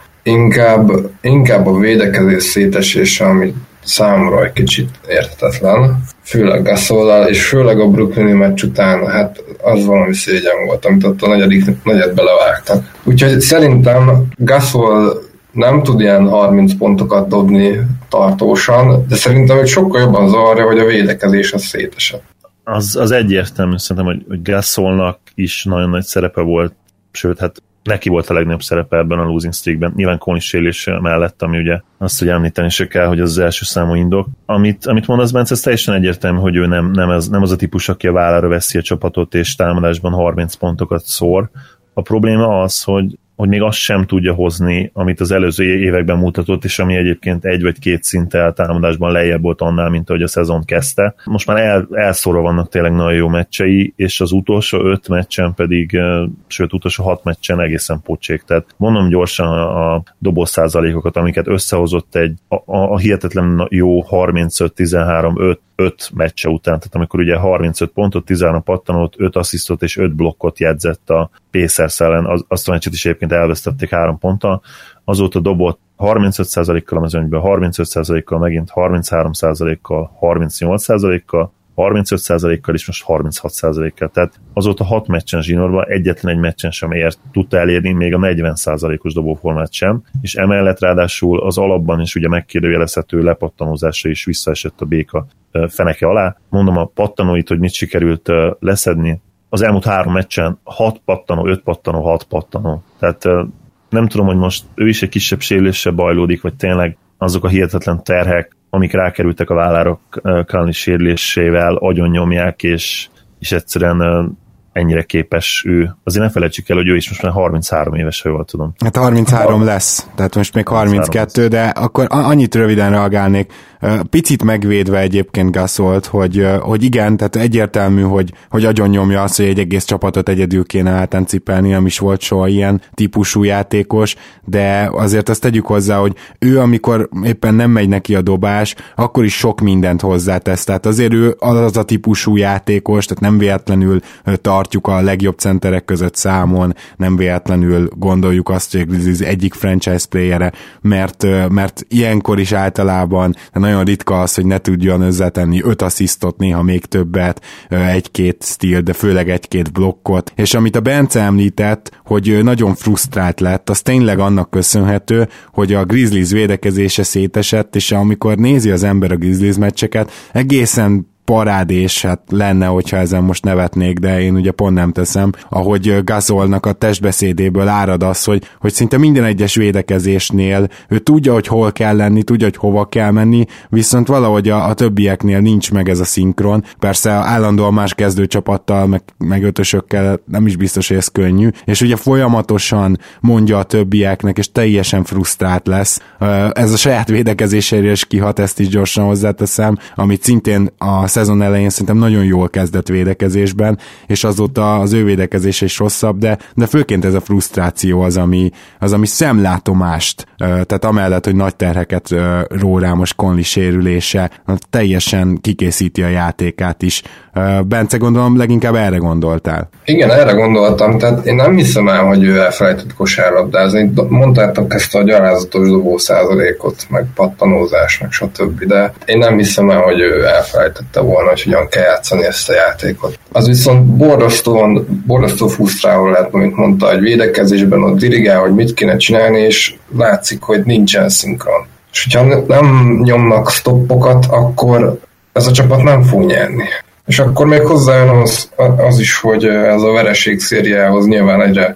inkább a védekezés szétesése, ami számomra egy kicsit érthetetlen, főleg Gasollal, és főleg a brooklyni meccs után, hát az valami szégyen volt, amit ott a nagyot belevágtak. Úgyhogy szerintem Gasol nem tud ilyen 30 pontokat dobni tartósan, de szerintem ők sokkal jobban zavarja, hogy a védekezés az szétesett. Az egyértelmű, szerintem, hogy Gasolnak is nagyon nagy szerepe volt, sőt, hát neki volt a legnagyobb szerepe ebben a losing streakben. Nyilván Conley sérülése mellett, ami ugye azt, hogy említeni se kell, hogy az első számú indok. Amit mondasz, Bence, ez teljesen egyértelmű, hogy ő nem az a típus, aki a vállára veszi a csapatot, és támadásban 30 pontokat szór. A probléma az, hogy még azt sem tudja hozni, amit az előző években mutatott, és ami egyébként egy vagy két szinttel támadásban lejjebb volt annál, mint ahogy a szezon kezdte. Most már elszórva vannak tényleg nagyon jó meccsei, és az utolsó 5 meccsen pedig, sőt utolsó 6 meccsen egészen pocsék. Tehát mondom gyorsan a dobós százalékokat, amiket összehozott a hihetetlen jó 35-13-5 meccse után, tehát amikor ugye 35 pontot, 13 pattanót, 5 asszisztot és 5 blokkot jegyzett a Pacers ellen, azt a meccset is egyébként elvesztették 3 ponttal, azóta dobott 35%-kal a mezőnyből, 35%-kal, megint 33%-kal, 38%-kal, 35%-kal és most 36%-kal. Tehát azóta 6 meccsen zsinórban egyetlen egy meccsen sem tudta elérni még a 40%-os dobóformát sem, és emellett ráadásul az alapban is ugye megkérdőjelezhető lepattanózása is visszaesett a béka feneke alá. Mondom a pattanóit, hogy mit sikerült leszedni. Az elmúlt 3 meccsen 6 pattanó, 5 pattanó, 6 pattanó. Tehát nem tudom, hogy most ő is egy kisebb sérüléssel bajlódik, vagy tényleg azok a hihetetlen terhek, amik rákerültek a vállára Conley sérülésével, agyonnyomják, és egyszerűen ennyire képes ő. Azért ne felejtsük el, hogy ő is most már 33 éves, ha jól tudom. Hát 33 lesz, tehát most még 32, de akkor annyit röviden reagálnék. Picit megvédve egyébként Gasolt, hogy igen, tehát egyértelmű, hogy agyonnyomja azt, hogy egy egész csapatot egyedül kéne átáncipelni, nem is volt soha ilyen típusú játékos, de azért azt tegyük hozzá, hogy ő, amikor éppen nem megy neki a dobás, akkor is sok mindent hozzátesz, tehát azért ő az a típusú játékos, tehát nem véletlenül tartjuk a legjobb centerek között számon, nem véletlenül gondoljuk azt, hogy ez egyik franchise playere, mert ilyenkor is általában nagyon ritka az, hogy ne tudjon hozzátenni 5 asszisztot, néha még többet, 1-2 steal, de főleg 1-2 blokkot. És amit a Bence említett, hogy nagyon frusztrált lett, az tényleg annak köszönhető, hogy a Grizzlies védekezése szétesett, és amikor nézi az ember a Grizzlies meccseket, egészen parádés, hát lenne, hogyha ezen most nevetnék, de én ugye pont nem teszem, ahogy Gasolnak a testbeszédéből árad az, hogy szinte minden egyes védekezésnél ő tudja, hogy hol kell lenni, tudja, hogy hova kell menni, viszont valahogy a többieknél nincs meg ez a szinkron. Persze állandóan más kezdőcsapattal, meg ötösökkel nem is biztos, hogy ez könnyű, és ugye folyamatosan mondja a többieknek, és teljesen frusztrált lesz. Ez a saját védekezésére is kihat, ezt is gyorsan hozzáteszem, amit szintén a szezon elején szerintem nagyon jól kezdett védekezésben, és azóta az ő védekezése is rosszabb, de főként ez a frusztráció az, ami szemlátomást, tehát amellett, hogy nagy terheket ró rá most Conley sérülése, teljesen kikészíti a játékát is. Bence, gondolom leginkább erre gondoltál. Igen, erre gondoltam, tehát én nem hiszem el, hogy ő elfelejtett kosárlabdázni. Mondtátok ezt a gyalázatos dobó százalékot, meg pattanózás, meg stb. De én nem hiszem el, hogy ő elfelejtette volna, hogy hogyan kell játszani ezt a játékot. Az viszont borzasztó frusztráló lehet, mint mondta, hogy védekezésben ott dirigál, hogy mit kéne csinálni, és látszik, hogy nincsen szinkron. És hogyha nem nyomnak stoppokat, akkor ez a csapat nem fog nyerni. És akkor még hozzájön az is, hogy ez a vereség szériához nyilván egyre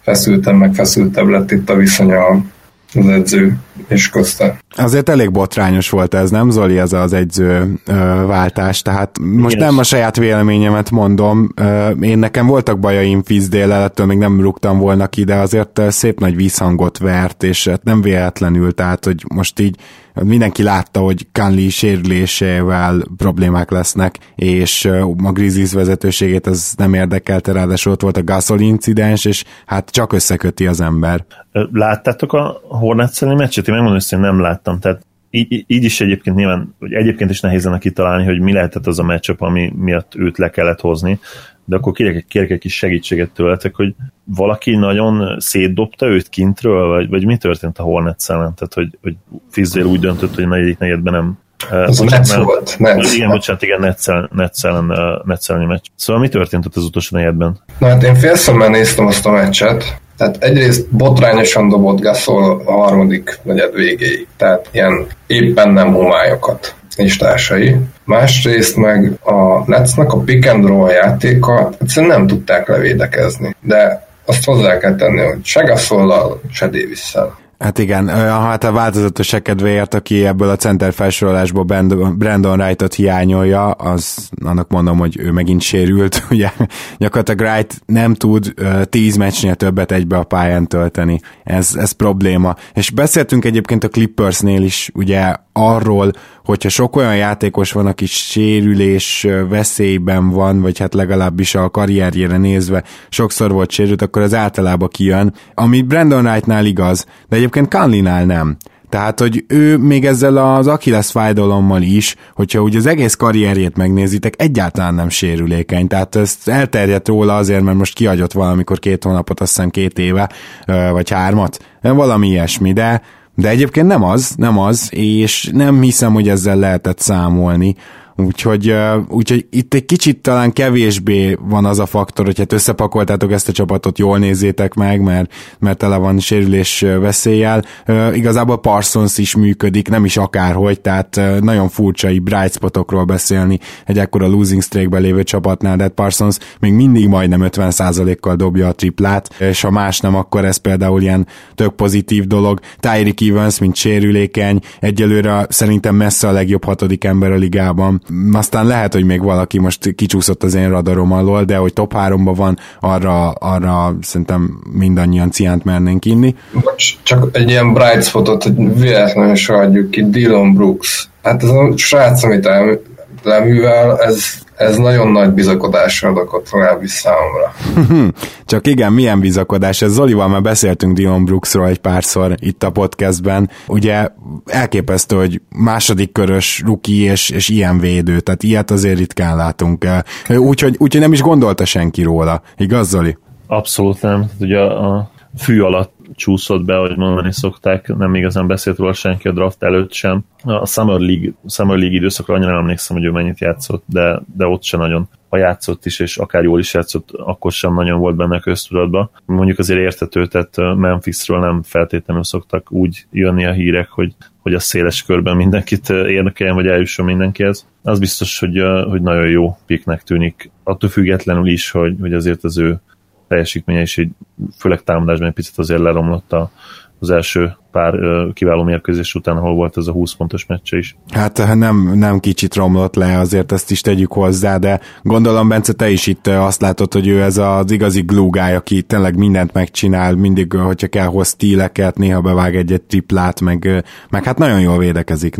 feszültebb lett itt a viszonya az edző és közte. Azért elég botrányos volt ez, nem Zoli, ez az edző váltás, tehát most nem a saját véleményemet mondom, én nekem voltak bajaim Fizdéllel, ettől még nem rúgtam volna ki, de azért szép nagy vízhangot vert, és nem véletlenül, tehát hogy most így mindenki látta, hogy Conley sérülésével problémák lesznek, és a Grizzlies vezetőségét ez nem érdekelte, ráadásul ott volt a Gasol incidens, és hát csak összeköti az ember. Láttátok a Hornets elleni meccset? Én megmondom, hogy nem láttam, tehát így is egyébként nyilván, hogy egyébként is nehéz lenne kitalálni, hogy mi lehetett az a matchup, ami miatt őt le kellett hozni, de akkor kérek egy kis segítséget tőletek, hogy valaki nagyon szétdobta őt kintről, vagy mi történt a Hornets ellen? Tehát, hogy Fizdale úgy döntött, hogy a negyedik negyedben nem... Ez Nets volt. Igen, Nets elleni meccs. Szóval mi történt ott az utolsó negyedben? Na hát én félszemmel néztem azt a meccset, tehát egyrészt botrányosan dobott Gasol a harmadik negyed végéig, tehát ilyen éppen nem homályokat és társai. Másrészt meg a Netsnek a pick and roll játéka egyszerűen nem tudták levédekezni, de azt hozzá kell tenni, hogy se Gasollal, se Davis-szel. Hát igen, hát a változatosság kedvéért, aki ebből a center felsorolásból Brandon Wright-ot hiányolja, az annak mondom, hogy ő megint sérült, ugye gyakorlatilag Wright nem tud 10 meccsnél többet egybe a pályán tölteni, ez probléma. És beszéltünk egyébként a Clippersnél is ugye arról, hogyha sok olyan játékos van, aki sérülés veszélyben van, vagy hát legalábbis a karrierjére nézve sokszor volt sérült, akkor az általában kijön, ami Brandon Wrightnál igaz, de egyébként Conleynál nem. Tehát, hogy ő még ezzel az Achilles fájdalommal is, hogyha ugye az egész karrierjét megnézitek, egyáltalán nem sérülékeny. Tehát ezt elterjedt róla azért, mert most kihagyott valamikor 2 hónapot, azt hiszem 2 éve, vagy 3, valami ilyesmi, de egyébként nem az, és nem hiszem, hogy ezzel lehetett számolni. Úgyhogy itt egy kicsit talán kevésbé van az a faktor, hogy hát összepakoltátok ezt a csapatot, jól nézzétek meg, mert tele van sérülés veszéllyel. Igazából Parsons is működik, nem is akárhogy, tehát nagyon furcsa így bright spotokról beszélni egy ekkora losing streakben lévő csapatnál, de Parsons még mindig majdnem 50%-kal dobja a triplát, és ha más nem, akkor ez például ilyen tök pozitív dolog. Tyreek Evans, mint sérülékeny, egyelőre szerintem messze a legjobb 6. ember a ligában. Aztán lehet, hogy még valaki most kicsúszott az én radarom alól, de hogy top 3-ban van, arra szerintem mindannyian ciánt mernénk inni. Csak egy ilyen bright spotot, hogy véletlenül se adjuk ki, Dillon Brooks. Hát ez a srác, amit leművel, ez nagyon nagy bizakodásra adott legalábbis számomra. Csak igen, milyen bizakodás? Ez Zolival már beszéltünk Dillon Brooksról egy párszor itt a podcastben. Ugye elképesztő, hogy második körös rookie és ilyen védő, tehát ilyet azért ritkán látunk. Úgyhogy nem is gondolta senki róla. Igaz, Zoli? Abszolút nem. Ugye a fű alatt csúszott be, ahogy mondani szokták, nem igazán beszélt róla senki a draft előtt sem. A Summer League időszakra annyira nem emlékszem, hogy ő mennyit játszott, de ott sem nagyon. Ha játszott is, és akár jól is játszott, akkor sem nagyon volt benne köztudatban. Mondjuk azért értető, tehát Memphisről nem feltétlenül szoktak úgy jönni a hírek, hogy a széles körben mindenkit érdekeljen, vagy eljusson mindenkihez. Az biztos, hogy nagyon jó picknek tűnik. Attól függetlenül is, hogy azért az ő teljesítménye is főleg támadásban egy picit azért leromlott az első pár kiváló mérkőzés után, ahol volt ez a 20 pontos meccse is. Hát nem kicsit romlott le, azért ezt is tegyük hozzá, de gondolom, Bence, te is itt azt látod, hogy ő ez az igazi glue guy, aki tényleg mindent megcsinál, mindig, hogyha kell, hoz stíleket, néha bevág egy triplát, meg hát nagyon jól védekezik, na.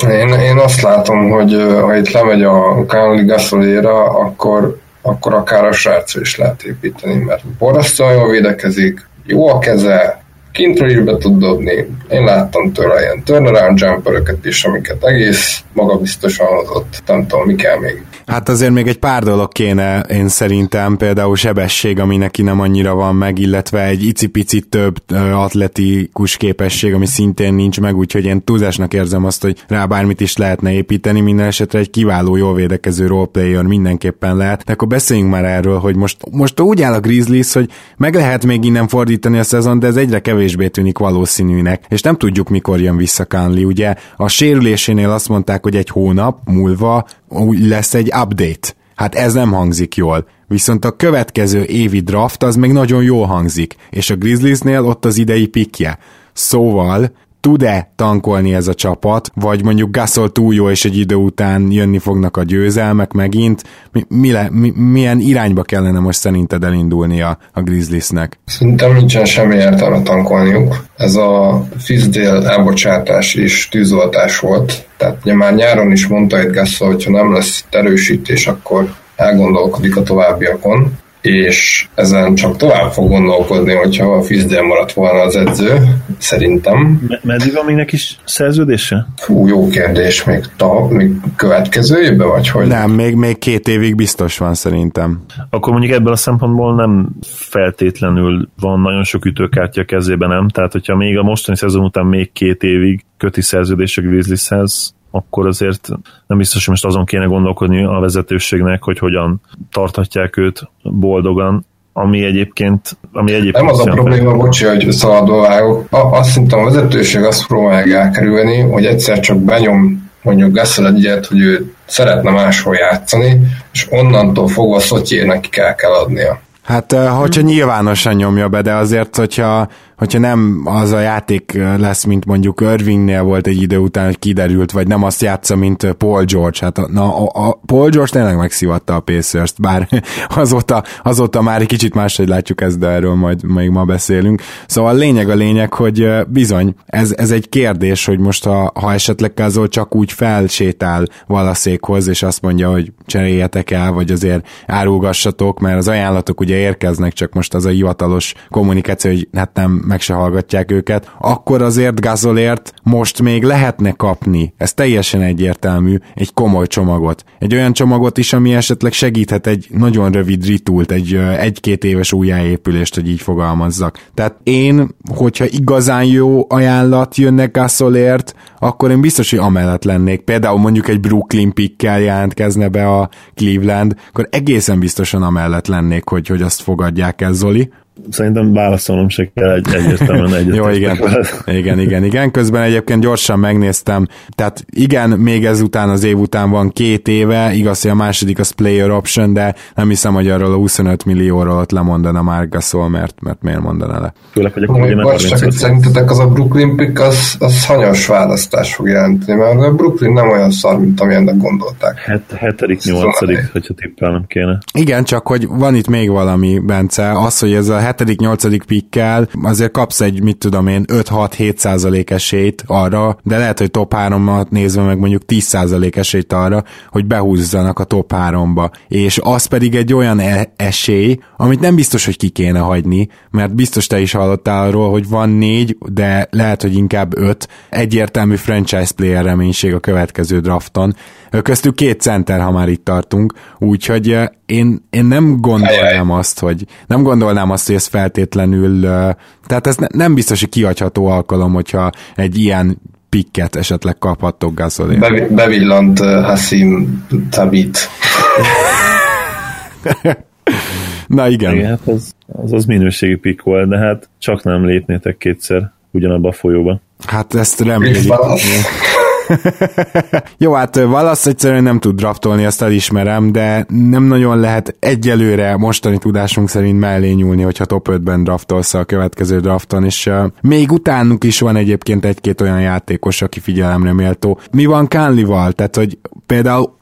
Én azt látom, hogy ha itt lemegy a Conley Gasoléra, akkor akár a srácra is lehet építeni, mert borzasztóan jól védekezik, jó a keze, kintről is be tud dobni. Én láttam tőle ilyen turnaround jumperöket is, amiket egész magabiztosan hozott. Nem tudom, mi kell még. Hát azért még egy pár dolog kéne, én szerintem, például sebesség, ami neki nem annyira van meg, illetve egy icipicit több atletikus képesség, ami szintén nincs meg, úgyhogy én túlzásnak érzem azt, hogy rá bármit is lehetne építeni, minden esetre egy kiváló, jól védekező roleplayer mindenképpen lehet. De akkor beszéljünk már erről, hogy most úgy áll a Grizzlies, hogy meg lehet még innen fordítani a szezon, de ez egyre kevésbé tűnik valószínűnek, és nem tudjuk, mikor jön vissza Conley. Ugye a sérülésénél azt mondták, hogy egy hónap múlva lesz egy update. Hát ez nem hangzik jól. Viszont a következő évi draft az még nagyon jól hangzik, és a Grizzliesnél ott az idei pickje. Szóval tud-e tankolni ez a csapat, vagy mondjuk Gasol túl jó, és egy idő után jönni fognak a győzelmek megint. Milyen irányba kellene most szerinted elindulni a Grizzliesnek? Szerintem nincsen semmi értelme tankolniuk. Ez a Fizdale elbocsátás is tűzoltás volt. Tehát ugye már nyáron is mondta itt Gasol, hogyha nem lesz erősítés, akkor elgondolkodik a továbbiakon, és ezen csak tovább fog gondolkodni, hogyha a Fizdale maradt volna az edző, szerintem. Meddig van még neki szerződése? Fú, jó kérdés, még következő évben, vagy hogy? Nem, még 2 évig biztos van szerintem. Akkor mondjuk ebből a szempontból nem feltétlenül van nagyon sok ütőkártya kezében, nem? Tehát, hogyha még a mostani szezon után még 2 évig köti szerződés a Grizzlieshez, akkor azért nem biztos, hogy most azon kéne gondolkodni a vezetőségnek, hogy hogyan tarthatják őt boldogan, ami egyébként nem az a probléma, bocsi, hogy szaladva vágok. Azt szerintem a vezetőség azt próbálja elkerülni, hogy egyszer csak benyom mondjuk Gasol egyet, hogy ő szeretne máshol játszani, és onnantól fogva Szotyének kell adnia. Hát, hogyha nyilvánosan nyomja be, de azért, hogyha nem az a játék lesz, mint mondjuk Irvingnél volt egy idő után, hogy kiderült, vagy nem azt játsza, mint Paul George. Hát a Paul George tényleg megszivatta a Pacers-t, bár azóta már egy kicsit máshogy látjuk ezt, de erről majd még ma beszélünk. Szóval a lényeg, hogy bizony, ez egy kérdés, hogy most ha esetleg Gasol csak úgy felsétál Wallace-ékhoz, és azt mondja, hogy cseréljetek el, vagy azért árulgassatok, mert az ajánlatok ugye érkeznek, csak most az a hivatalos kommunikáció, hogy hát nem meg se hallgatják őket, akkor azért Gasolért most még lehetne kapni, ez teljesen egyértelmű, egy komoly csomagot. Egy olyan csomagot is, ami esetleg segíthet egy nagyon rövid ritult, egy 1-2 éves újjáépülést, hogy így fogalmazzak. Tehát én, hogyha igazán jó ajánlat jönne Gasolért, akkor én biztos, hogy amellett lennék. Például mondjuk egy Brooklyn pickkel jelentkezne be a Cleveland, akkor egészen biztosan amellett lennék, hogy azt fogadják el, Zoli. Szerintem válaszolnom se kell egyértelműen egyet. Jó, igen. Közben egyébként gyorsan megnéztem, tehát igen, még ezután az év után van 2 éve, igaz, hogy a második az player option, de nem hiszem, hogy arról a 25 millióról ott lemondana már Gasol, mert miért mondana le? Főleg, hogy akkor nem szerintetek az a Brooklyn pick, az hanyas választás fog jelenteni, mert a Brooklyn nem olyan szar, mint amilyennek gondolták. 7.-8., hogyha tippelnem kéne. Igen, csak hogy van itt még valami, Bence, az, hogy ez a 7.-8. pickkel azért kapsz egy, 5-6-7% esélyt arra, de lehet, hogy top 3-at nézve meg mondjuk 10% esélyt arra, hogy behúzzanak a top 3-ba. És az pedig egy olyan esély, amit nem biztos, hogy ki kéne hagyni, mert biztos te is hallottál arról, hogy van 4, de lehet, hogy inkább 5 egyértelmű franchise player reménység a következő drafton. Köztük 2 center, ha már itt tartunk, úgyhogy én nem gondolnám azt, hogy ez feltétlenül, tehát ez nem biztos, hogy kihagyható alkalom, hogyha egy ilyen picket esetleg kaphattok Gasolért. Bevillant Hassim Thabit. Na igen. Igen, hát az minőségi pick volt, de hát csak nem lépnétek 2-szer ugyanabba a folyóba. Hát ezt reméljük. Jó, hát Wallace egyszerűen nem tud draftolni, ezt elismerem, de nem nagyon lehet egyelőre mostani tudásunk szerint mellé nyúlni, hogyha top 5-ben draftolsz a következő drafton, és még utánuk is van egyébként 1-2 olyan játékos, aki figyelemre méltó. Mi van Conley-val? Tehát, hogy például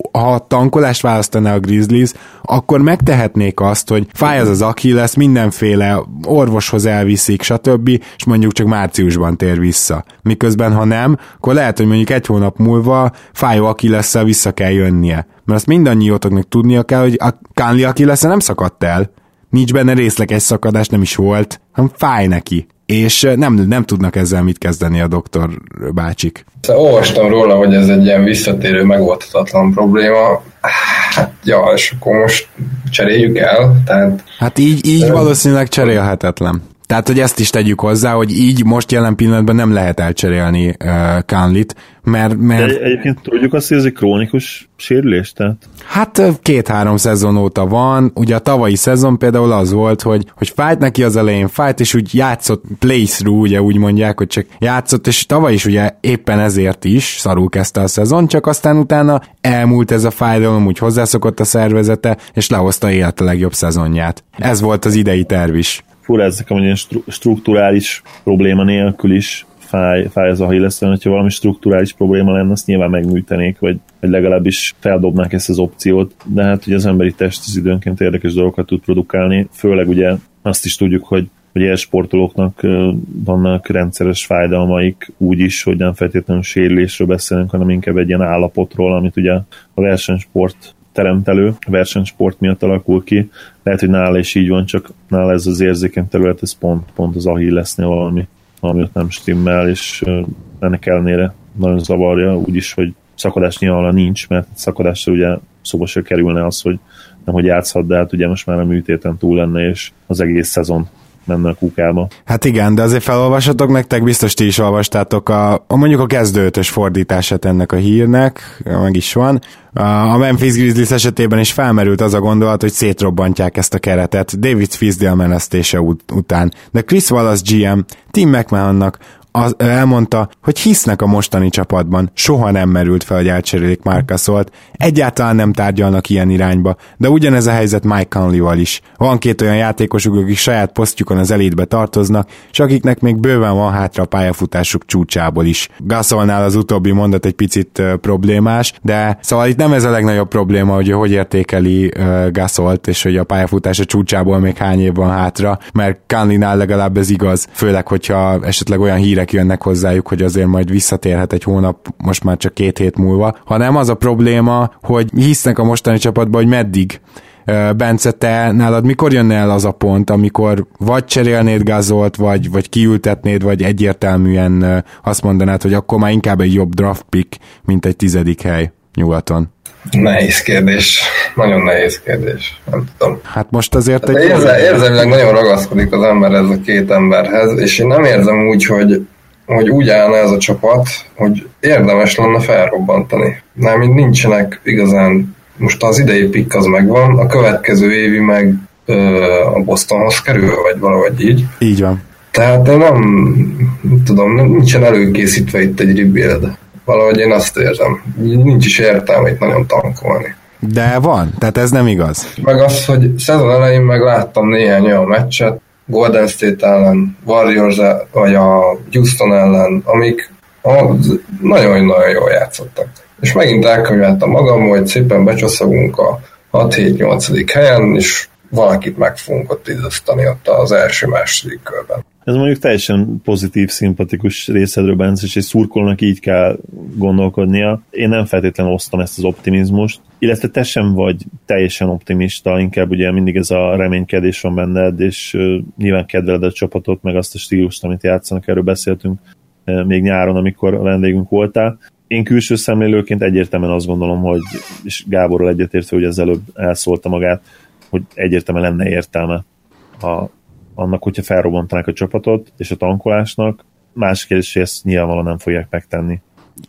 ha tankolást választaná a Grizzlies, akkor megtehetnék azt, hogy fáj az Achilles, mindenféle orvoshoz elviszik, stb., és mondjuk csak márciusban tér vissza. Miközben, ha nem, akkor lehet, hogy mondjuk 1 hónap múlva fájó Achillesszel vissza kell jönnie. Mert azt mindannyiótoknak tudnia kell, hogy a Conley Achillesse nem szakadt el. Nincs benne részleges szakadás, nem is volt, hanem fáj neki. És nem tudnak ezzel mit kezdeni a doktor bácsik. Olvastam róla, hogy ez egy ilyen visszatérő, megoldhatatlan probléma. Hát, ja, és akkor most cseréljük el. Tehát, hát így valószínűleg cserélhetetlen. Tehát, hogy ezt is tegyük hozzá, hogy így most jelen pillanatban nem lehet elcserélni Conleyt, mert... De egyébként tudjuk azt, hogy ez egy krónikus sérülés, tehát? Hát 2-3 szezon óta van, ugye a tavalyi szezon például az volt, hogy fájt neki az elején, fájt, és úgy játszott play-through, ugye úgy mondják, hogy csak játszott, és tavaly is ugye éppen ezért is szarul kezdte a szezon, csak aztán utána elmúlt ez a fájdalom, úgy hozzászokott a szervezete, és lehozta élete legjobb szezonját. Ez volt az idei terv is. Fura ezek, hogy ilyen strukturális probléma nélkül is fáj az Achillesen, hogyha valami strukturális probléma lenne, azt nyilván megműtenék, vagy legalábbis feldobnák ezt az opciót, de hát ugye az emberi test az időnként érdekes dolgokat tud produkálni, főleg ugye azt is tudjuk, hogy élsportolóknak vannak rendszeres fájdalmaik úgy is, hogy nem feltétlenül sérülésről beszélünk, hanem inkább egy ilyen állapotról, amit ugye a versenysport teremt elő, a versenysport miatt alakul ki. Lehet, hogy nála is így van, csak nála ez az érzékeny terület, ez pont az Achillesnél valami ott nem stimmel, és ennek ellenére nagyon zavarja, úgyis, hogy szakadás nyilván nincs, mert szakadásra ugye szóba se kerülne az, hogy nem hogy játszhat, de hát ugye most már a műtéten túl lenne, és az egész szezon menne a kukába. Hát igen, de azért felolvassatok nektek, biztos ti is olvastátok mondjuk a kezdőötös fordítását ennek a hírnek, meg is van. A Memphis Grizzlies esetében is felmerült az a gondolat, hogy szétrobbantják ezt a keretet David Fisdale menesztése után. De Chris Wallace GM Tim McMahonnak elmondta, hogy hisznek a mostani csapatban, soha nem merült fel, hogy elcserélik Marc Gasolt, egyáltalán nem tárgyalnak ilyen irányba, de ugyanez a helyzet Mike Conley-val is. Van 2 olyan játékosuk, akik saját posztjukon az elitbe tartoznak, és akiknek még bőven van hátra a pályafutásuk csúcsából is. Gasolnál az utóbbi mondat egy picit problémás, de szóval itt nem ez a legnagyobb probléma, hogy értékeli Gasolt, és hogy a pályafutása csúcsából még hány év van hátra, mert Conleynál legalább ez igaz, főleg, hogyha esetleg olyan hírek jönnek hozzájuk, hogy azért majd visszatérhet egy hónap, most már csak 2 hét múlva, hanem az a probléma, hogy hisznek a mostani csapatban, hogy meddig. Bence, te nálad mikor jönne el az a pont, amikor vagy cserélnéd Gasolt, vagy kiültetnéd, vagy egyértelműen azt mondanád, hogy akkor már inkább egy jobb draft pick, mint egy 10. hely nyugaton? Nehéz kérdés. Nagyon nehéz kérdés. Nem tudom. Hát most azért hát érzelmileg nagyon ragaszkodik az ember ez a 2 emberhez, és én nem érzem úgy, hogy úgy állna ez a csapat, hogy érdemes lenne felrobbantani. Nem, így nincsenek igazán, most az idei pick az megvan, a következő évi meg a Bostonhoz kerül, vagy valahogy így. Így van. Tehát nem tudom, nincsen előkészítve itt egy rebuild. Valahogy én azt érzem. Nincs is értelme itt nagyon tankolni. De van, tehát ez nem igaz. Meg az, hogy szezon elején meg láttam néhány olyan meccset, Golden State ellen, Warriors vagy a Houston ellen, amik nagyon-nagyon jól játszottak. És megint elkönyveltem magam, hogy szépen becsosszagunk a 6-7-8. helyen, és valakit meg fogunk ott izzasztani ott az első-második körben. Ez mondjuk teljesen pozitív, szimpatikus részedről, Bence, és egy szurkolónak így kell gondolkodnia. Én nem feltétlenül osztom ezt az optimizmust, illetve te sem vagy teljesen optimista, inkább ugye mindig ez a reménykedés van benned, és nyilván kedveled a csapatot, meg azt a stílust, amit játszanak, erről beszéltünk még nyáron, amikor a vendégünk voltál. Én külső szemlélőként egyértelműen azt gondolom, hogy, és Gáborral egyetértve, hogy ez előbb elszólta magát, hogy egyértelműen lenne értelme annak, hogyha felrobbantanák a csapatot, és a tankolásnak. Más kérdés, hogy ezt nyilvánvalóan nem fogják megtenni.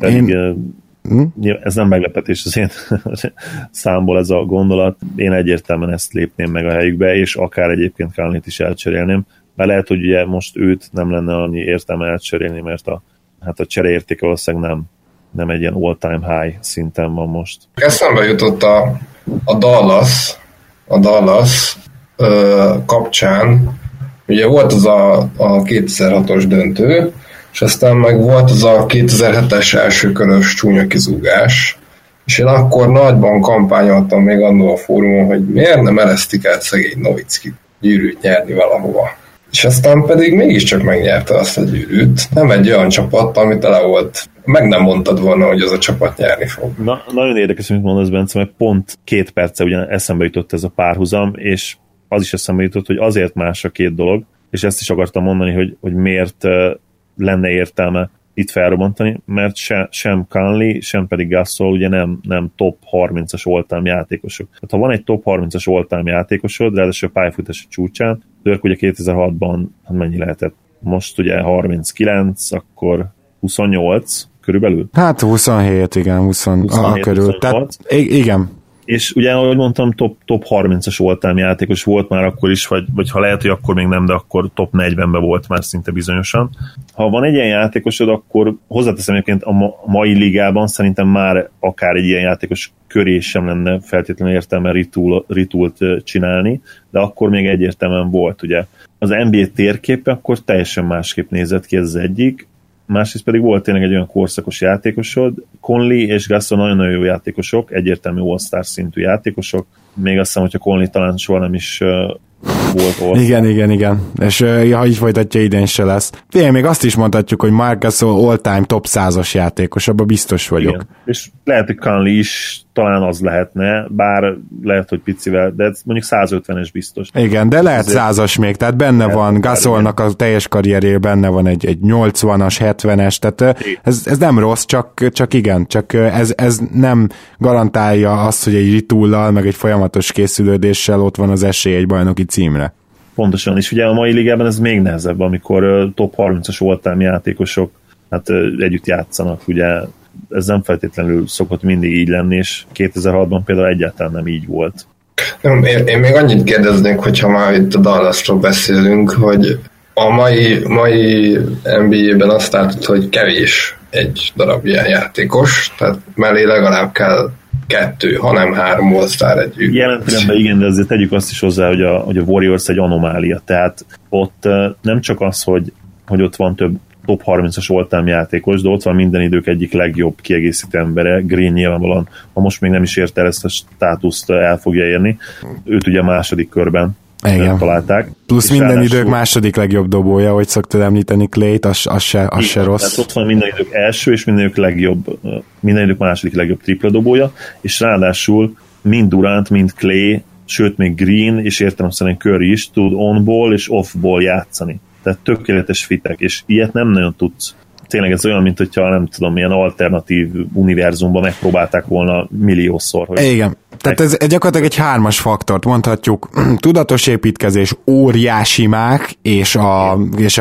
Ez nem meglepetés az én számból ez a gondolat. Én egyértelműen ezt lépném meg a helyükbe, és akár egyébként Conleyt is elcserélném. Mert lehet, hogy ugye most őt nem lenne annyi értelme elcserélni, mert a csereértéke valószínűleg nem egy ilyen all-time high szinten van most. Eszembe jutott a Dallas kapcsán, ugye volt az a 2006-os döntő, és aztán meg volt az a 2007-es elsőkörös csúnya kizúgás, És én akkor nagyban kampányoltam még annól a fórumon, hogy miért nem eresztik el szegény Nowitzkit gyűrűt nyerni valahova. És aztán pedig mégiscsak megnyerte azt a gyűrűt. Nem egy olyan csapat, ami tele volt. Meg nem mondtad volna, hogy az a csapat nyerni fog. Na, nagyon érdekes, amit mondasz, Bence, mert pont 2 perce ugyan eszembe jutott ez a párhuzam, és az is eszembe jutott, hogy azért más a 2 dolog, és ezt is akartam mondani, hogy miért lenne értelme itt felrobbantani, mert sem Conley, sem pedig Gasol ugye nem top 30-as all-time játékosok. Tehát ha van egy top 30-as all-time játékosod, ráadásul a pályafutási csúcsán, Dirk ugye 2006-ban, hát mennyi lehetett? Most ugye 39, akkor 28 körülbelül? Hát 27, igen, 27 körül. Tehát, igen. És ugye, ahogy mondtam, top 30-as all-time játékos volt már akkor is, vagy ha lehet, hogy akkor még nem, de akkor top 40-ben volt már szinte bizonyosan. Ha van egy ilyen játékosod, akkor hozzáteszem egyébként a mai ligában szerintem már akár egy ilyen játékos köré sem lenne feltétlenül értelme ritult csinálni, de akkor még egyértelműen volt. Ugye az NBA térképe akkor teljesen másképp nézett ki, ez az egyik, másrészt pedig volt tényleg egy olyan korszakos játékosod. Conley és Gasol nagyon-nagyon jó játékosok, egyértelmű all-star szintű játékosok. Még azt hiszem, hogyha Conley talán soha nem is volt all-star. Igen. És ha így folytatja, idén se lesz. Még azt is mondhatjuk, hogy Marc Gasol all-time top 100-as játékos, abban biztos vagyok. Igen. És lehet, hogy Conley is talán az lehetne, bár lehet, hogy picivel, de mondjuk 150-es biztos. Igen, de lehet 100-as még, tehát benne van Gasolnak a teljes karrierében benne van egy 80-as, 70-es, tehát ez nem rossz, csak igen, csak ez nem garantálja azt, hogy egy ritullal, meg egy folyamatos készülődéssel ott van az esély egy bajnoki címre. Pontosan, és ugye a mai ligában ez még nehezebb, amikor top 30-as all-time játékosok hát együtt játszanak, ugye ez nem feltétlenül szokott mindig így lenni, és 2006-ban például egyáltalán nem így volt. Én még annyit kérdeznék, hogyha már itt a Dallasról beszélünk, hogy a mai NBA-ben azt látod, hogy kevés egy darab ilyen játékos, tehát mellé legalább kell 2, hanem 3 all-star együtt. Jelen pillanatban igen, de azért tegyük azt is hozzá, hogy a Warriors egy anomália, tehát ott nem csak az, hogy ott van több top 30-as all-time játékos, de ott van minden idők egyik legjobb kiegészítő embere, Green nyilvánvalóan, ha most még nem is ért el ezt a státuszt, el fogja érni. Őt ugye a második körben találták. Plusz minden idők második legjobb dobója, hogy szoktad említeni Clay-t, az se rossz. Tehát ott van minden idők első, és minden idők második legjobb tripla dobója, és ráadásul mind Durant, mind Clay, sőt még Green, és értelemszerűen Curry is tud on-ball és off-ball játszani. Tehát tökéletes fitek, és ilyet nem nagyon tudsz. Tényleg ez olyan, mint hogyha nem tudom, milyen alternatív univerzumban megpróbálták volna milliószor. Hogy igen, tehát ez gyakorlatilag egy 3-as faktort mondhatjuk. Tudatos építkezés, óriási mák, és a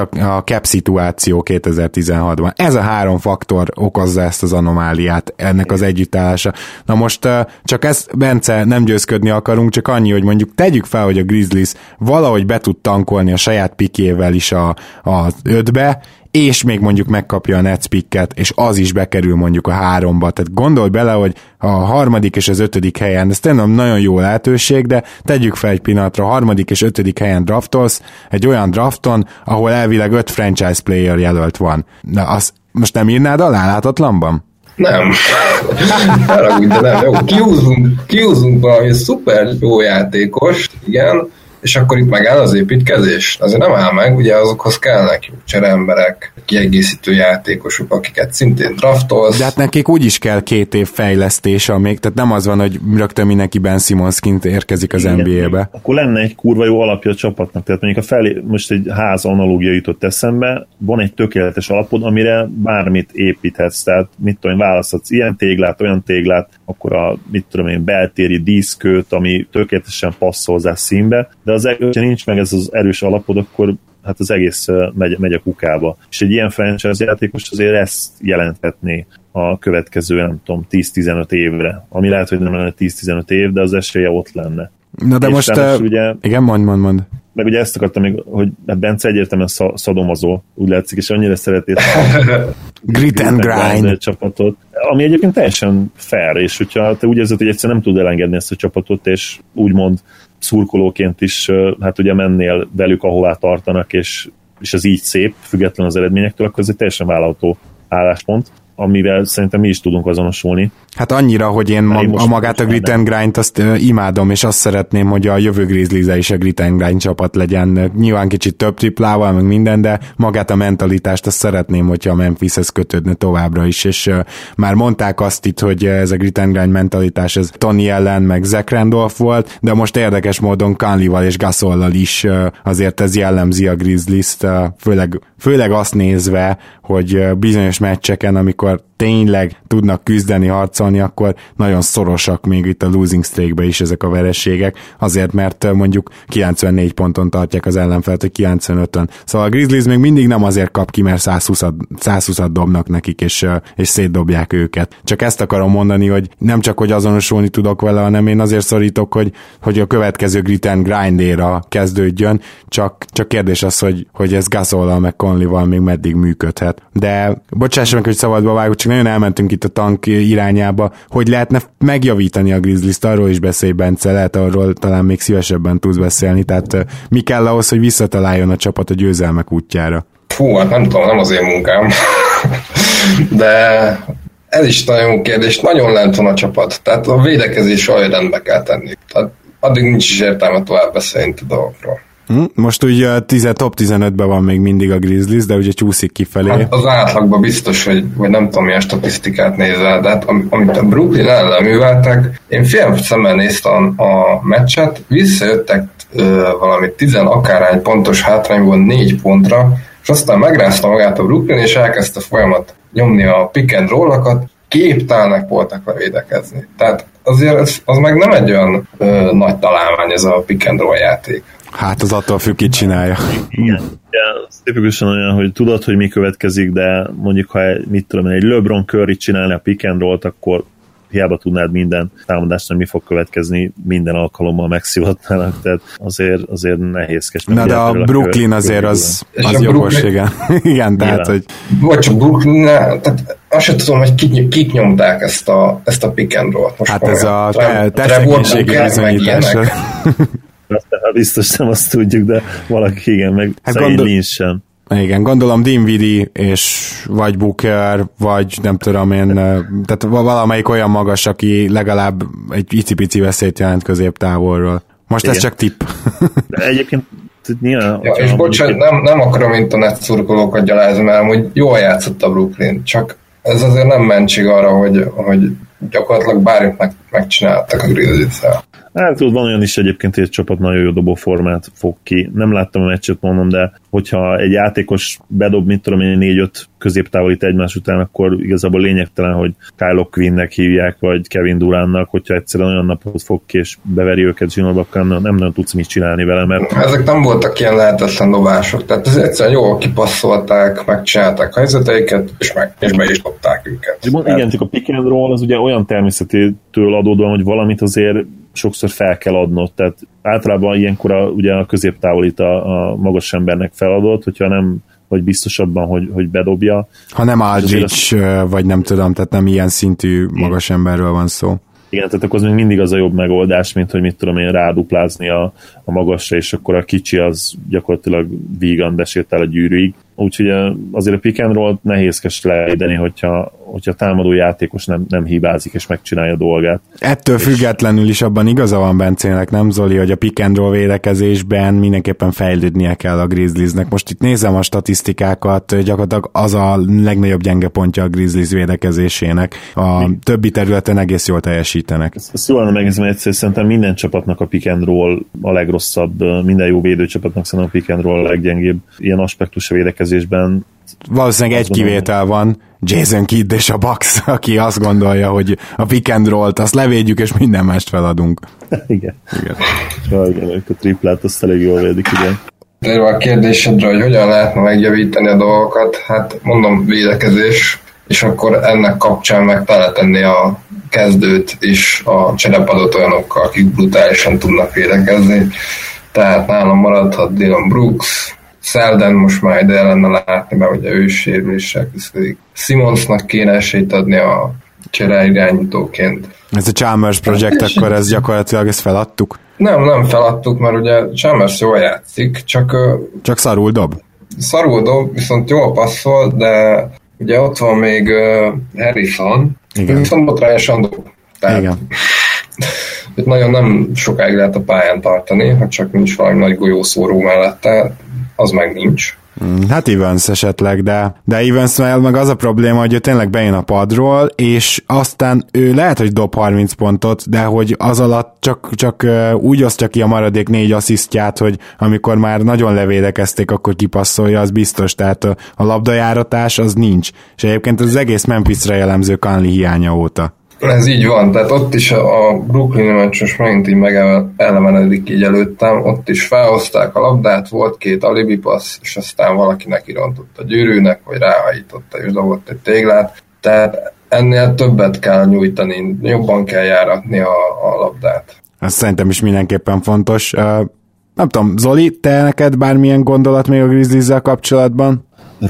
cap szituáció 2016-ban. Ez a 3 faktor okozza ezt az anomáliát, ennek az együttállása. Na most csak ezt, Bence, nem győzködni akarunk, csak annyi, hogy mondjuk tegyük fel, hogy a Grizzlies valahogy be tud tankolni a saját pikjével is az 5-be, és még mondjuk megkapja a Nets picket, és az is bekerül mondjuk a 3-ba. Tehát gondolj bele, hogy a 3. és az 5. helyen, ez tényleg nagyon jó lehetőség, de tegyük fel egy pillanatra, a 3. és 5. helyen draftolsz, egy olyan drafton, ahol elvileg 5 franchise player jelölt van. Na, azt most nem írnád alá láthatatlanban? Nem. Haragudj, de nem. Jó, kiúzunk valami szuper jó játékos, igen, és akkor itt megáll az építkezés. Azért nem áll meg, ugye azokhoz kellnek jó csereemberek, kiegészítő játékosok, akiket szintén draftolsz. De hát nekik úgyis kell 2 év fejlesztés, tehát nem az van, hogy rögtön mindenki Ben Simmonsként érkezik az NBA-be. Akkor lenne egy kurva jó alapja a csapatnak. Tehát mondjuk most egy ház analógia jutott eszembe, van egy tökéletes alapod, amire bármit építhetsz, tehát mit tudom, választhatsz ilyen téglát, olyan téglát, akkor a beltéri díszkőt, ami tökéletesen passzol hozzá színbe, de hogyha nincs meg ez az erős alapod, akkor hát az egész megy a kukába. És egy ilyen franchise játékos azért ezt jelenthetné a következő, nem tudom, 10-15 évre. Ami lehet, hogy nem lenne 10-15 év, de az esélye ott lenne. Na de és most, ugye, igen, mondd. Meg ugye ezt akartam még, hogy Bence egyértelműen szadomazó, úgy látszik, és annyira szeretét a Grit and grind csapatot, ami egyébként teljesen fair, és hogyha te úgy érzed, hogy egyszerűen nem tud elengedni ezt a csapatot, és úgymond szurkolóként is, hát ugye mennél velük, ahová tartanak, és ez így szép, független az eredményektől, akkor ez egy teljesen vállalható álláspont. amivel szerintem mi is tudunk azonosulni. Hát annyira, hogy én magát a Grit and Grind azt imádom, és azt szeretném, hogy a jövő Grizzlies is a Grit and Grind csapat legyen. Nyilván kicsit több triplával, meg minden, de magát a mentalitást azt szeretném, hogyha a Memphishez kötődne továbbra is, és már mondták azt itt, hogy ez a Grit and Grind mentalitás, ez Tony Allen, meg Zach Randolph volt, de most érdekes módon Conley-val és Gasollal is azért ez jellemzi a Grizzlies-t, főleg azt nézve, hogy bizonyos meccseken, amikor tényleg tudnak küzdeni, harcolni, akkor nagyon szorosak még itt a losing streakbe is ezek a vereségek, azért, mert mondjuk 94 ponton tartják az ellenfelet, hogy 95-ön. Szóval a Grizzlies még mindig nem azért kap ki, mert 120-at dobnak nekik, és szétdobják őket. Csak ezt akarom mondani, hogy nem csak, hogy azonosulni tudok vele, hanem én azért szorítok, hogy a következő Grit and Grind éra kezdődjön, csak kérdés az, hogy ez Gasollal meg Conley-val még meddig működhet. De bocsáss meg, hogy szabadba vágok, csak nagyon elmentünk itt a tank irányába, hogy lehetne megjavítani a Grizzlies-t, arról is beszélj, Bence, lehet arról talán még szívesebben tudsz beszélni, tehát mi kell ahhoz, hogy visszataláljon a csapat a győzelmek útjára? Fú, hát nem tudom, nem az én munkám, de ez is nagyon jó kérdés, nagyon lent van a csapat, tehát a védekezés olyan rendbe kell tenni, tehát addig nincs is értelme tovább beszélni a dolgokról. Most ugye top 15-ben van még mindig a Grizzlies, de ugye csúszik kifelé. Hát az átlagban biztos, vagy nem tudom, milyen statisztikát nézel, de hát amit a Brooklyn ellen műveltek, én fél szemmel néztem a meccset, visszajöttek valami 10 akárhány pontos hátrányból 4 pontra, és aztán megrázta magát a Brooklyn, és elkezdte folyamat nyomni a pick and roll-akat, képtelnek voltak védekezni. Tehát azért az meg nem egy olyan nagy találmány ez a pick and roll játék. Hát az attól függ, kit csinálja. Igen. Tipikusan olyan, hogy tudod, hogy mi következik, de mondjuk, ha egy LeBron Curry csinálni a pick and roll-t, akkor hiába tudnád minden támadást, mi fog következni, minden alkalommal megszívhatnának, tehát azért nehézkes. Na de a Brooklyn azért az jogos, igen, tehát, hogy... Vagy csak Brooklyn, tehát azt sem tudom, hogy kik nyomták ezt a pick and roll-t. Hát ez a tesszegénységi bizonyítás. Biztos nem azt tudjuk, de valaki igen, meg hát szegény sem. Igen, gondolom Dinwiddie és vagy Booker, vagy nem tudom én, tehát valamelyik olyan magas, aki legalább egy icipici veszélyt jelent középtávolról. Most igen. Ez csak tipp. De egyébként nyilván... Ja, és bocsánat, nem akarom internet szurkolókat gyalázni, mert amúgy jól játszott a Brooklyn, csak ez azért nem mentség arra, hogy gyakorlatilag bármit megcsináltak a Grizzlies-szel. Hát tudod, van olyan is egyébként, hogy egy csapat nagyon jó dobóformát fog ki. Nem láttam a meccset, mondom, de hogyha egy játékos bedob, mit tudom én, 4-5 középtávolít egymás után, akkor igazából lényegtelen, hogy Kyle Quinnnek hívják, vagy Kevin Durantnak, hogyha egyszerűen olyan napot fog ki, és beveri őket zsinórba, akkor nem nagyon tudsz mit csinálni vele, mert... Ezek nem voltak ilyen lehetetlen dobások, tehát ez egyszerűen jól kipasszolták, megcsinálták helyzeteiket, és be is dobták őket. Igen, csak a pick and roll az ugye olyan természetétől adódóan, hogy valamit azért sokszor fel kell adnod, tehát általában ilyenkor ugye a középtávolít a magas embernek feladott, hogyha nem vagy biztos abban, hogy bedobja. Ha nem Aldridge, vagy nem tudom, tehát nem ilyen szintű magas emberről van szó. Igen, tehát akkor az még mindig az a jobb megoldás, mint hogy mit tudom én ráduplázni a magasra, és akkor a kicsi az gyakorlatilag vígan besétál a gyűrűig. Úgyhogy azért a pick and roll nehézkes levédeni, hogyha támadó játékos nem hibázik és megcsinálja a dolgát. Ettől függetlenül is abban igaza van Bencének, nem Zoli, hogy a pick and roll védekezésben mindenképpen fejlődnie kell a Grizzliesnek. Most itt nézem a statisztikákat, gyakorlatilag az a legnagyobb gyenge pontja a Grizzlies védekezésének. A többi területen egész jól teljesítenek. Ezt jól lenne megnézni, mert egyszerűen szerintem minden csapatnak a pick and roll a legrosszabb, minden jó védőcsapatnak szerintem a pick and roll a leggyengébb ilyen aspektus a védekezésben. Valószínűleg egy kivétel van, Jason Kidd és a Bucks, aki azt gondolja, hogy a pick and roll-t azt levédjük, és minden mást feladunk. Igen. Igen, a triplát azt elég jól védik, igen. Térve a kérdésedre, hogy hogyan lehetne megjavítani a dolgokat, hát mondom védekezés, és akkor ennek kapcsán meg teletenni a kezdőt és a cserepadot olyanokkal, akik brutálisan tudnak védekezni. Tehát nálam maradhat Dylan Brooks, Selden most már ide lenne látni, mert ugye ő is sérüléssel küzdik. Simonsnak kéne esélyt adni a csere irányítóként. Ez a Chalmers projekt, akkor ez gyakorlatilag ezt feladtuk? Nem feladtuk, mert ugye Chalmers jól játszik, csak szarul dob? Szarul dob, viszont jól passzol, de ugye ott van még Harrison, viszont botrányosan dob. Igen. Itt nagyon nem sokáig lehet a pályán tartani, ha csak nincs valami nagy golyószóró mellette, az meg nincs. Hát Evans esetleg, de Evans-mel meg az a probléma, hogy ő tényleg bejön a padról, és aztán ő lehet, hogy dob 30 pontot, de hogy az alatt csak úgy osztja ki a maradék 4 asszisztját, hogy amikor már nagyon levédekezték, akkor kipasszolja, az biztos, tehát a labdajáratás az nincs. És egyébként az egész Memphisre jellemző Conley hiánya óta. Ez így van, tehát ott is a Brooklyn meccs most megint így megelemenedik így előttem, ott is felhozták a labdát, volt 2 alibi passz, és aztán valaki neki rontott a gyűrűnek, vagy ráhajtotta és dobott egy téglát, tehát ennél többet kell nyújtani, jobban kell járatni a labdát. Ez szerintem is mindenképpen fontos. Nem tudom, Zoli, te neked bármilyen gondolat még a Grizzlies-zel kapcsolatban?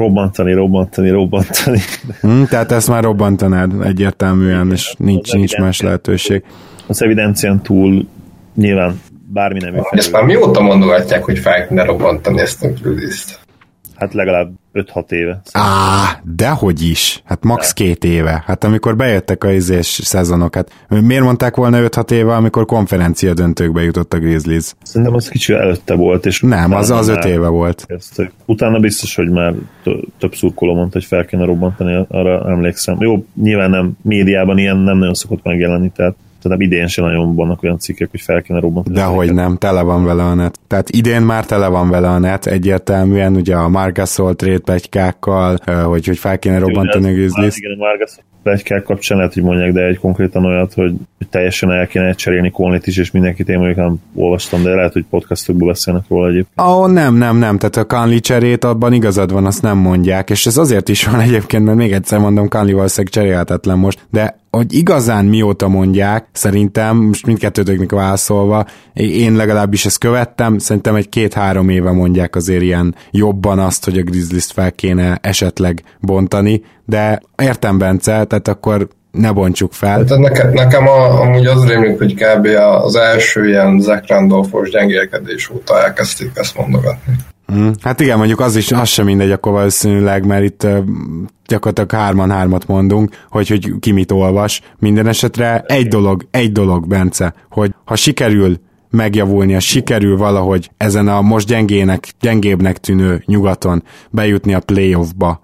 Robbantani. Tehát ezt már robbantanád egyértelműen, és nincs más lehetőség. Az evidencián túl nyilván bármi nem ügyfelő. Ezt már mióta mondogatják, hogy fel kéne robbantani ezt a Grizzlies-t? Hát legalább 5-6 éve. Dehogy is. Hát max 2 éve. Hát amikor bejöttek a szezonok, hát miért mondták volna 5-6 éve, amikor konferencia döntőkbe jutott a Grizzlies? Szerintem az kicsit előtte volt. És nem, az 5 éve volt. Utána biztos, hogy már több szurkoló mondta, hogy fel kéne robbantani, arra emlékszem. Jó, nyilván nem, médiában ilyen nem nagyon szokott megjelenni, tehát idén sem nagyon vannak olyan cikkek, hogy fel kéne robbantani. Dehogy nem, tele van vele a net. Tehát idén már tele van vele a net, egyértelműen ugye a Marc Gasol trade pletykákkal, hogy fel kéne robbantani a Grizzlies. Igen, a Marc Gasol pletykák kapcsán lehet, hogy mondják, de egy konkrétan olyat, hogy teljesen el kéne cserélni Conleyt is, és mindenkit én mondjuk nem olvastam, de lehet, hogy podcastokból beszélnek róla egyébként. Nem, tehát a Conley cserét abban igazad van, azt nem mondják, és ez azért is van egyébként, mert még egyszer mondom, Conley valószínűleg cserélhetetlen most, de hogy igazán mióta mondják, szerintem, most mindkettőtöknek válaszolva, én legalábbis ezt követtem, szerintem egy 2-3 éve mondják azért ilyen jobban azt, hogy a Grizzlies-t fel kéne esetleg bontani, de értem, Bence, tehát akkor ne bontsuk fel. Hát nekem amúgy az rémlik, hogy kb. Az első ilyen Zach Randolph-os gyengélkedés óta elkezdték ezt mondogatni. Hát igen, mondjuk az sem mindegy akkor valószínűleg, mert itt gyakorlatilag 3-3 mondunk, hogy ki mit olvas. Minden esetre egy dolog, Bence, hogy ha sikerül megjavulnia, sikerül valahogy ezen a most gyengébbnek tűnő nyugaton bejutni a playoffba,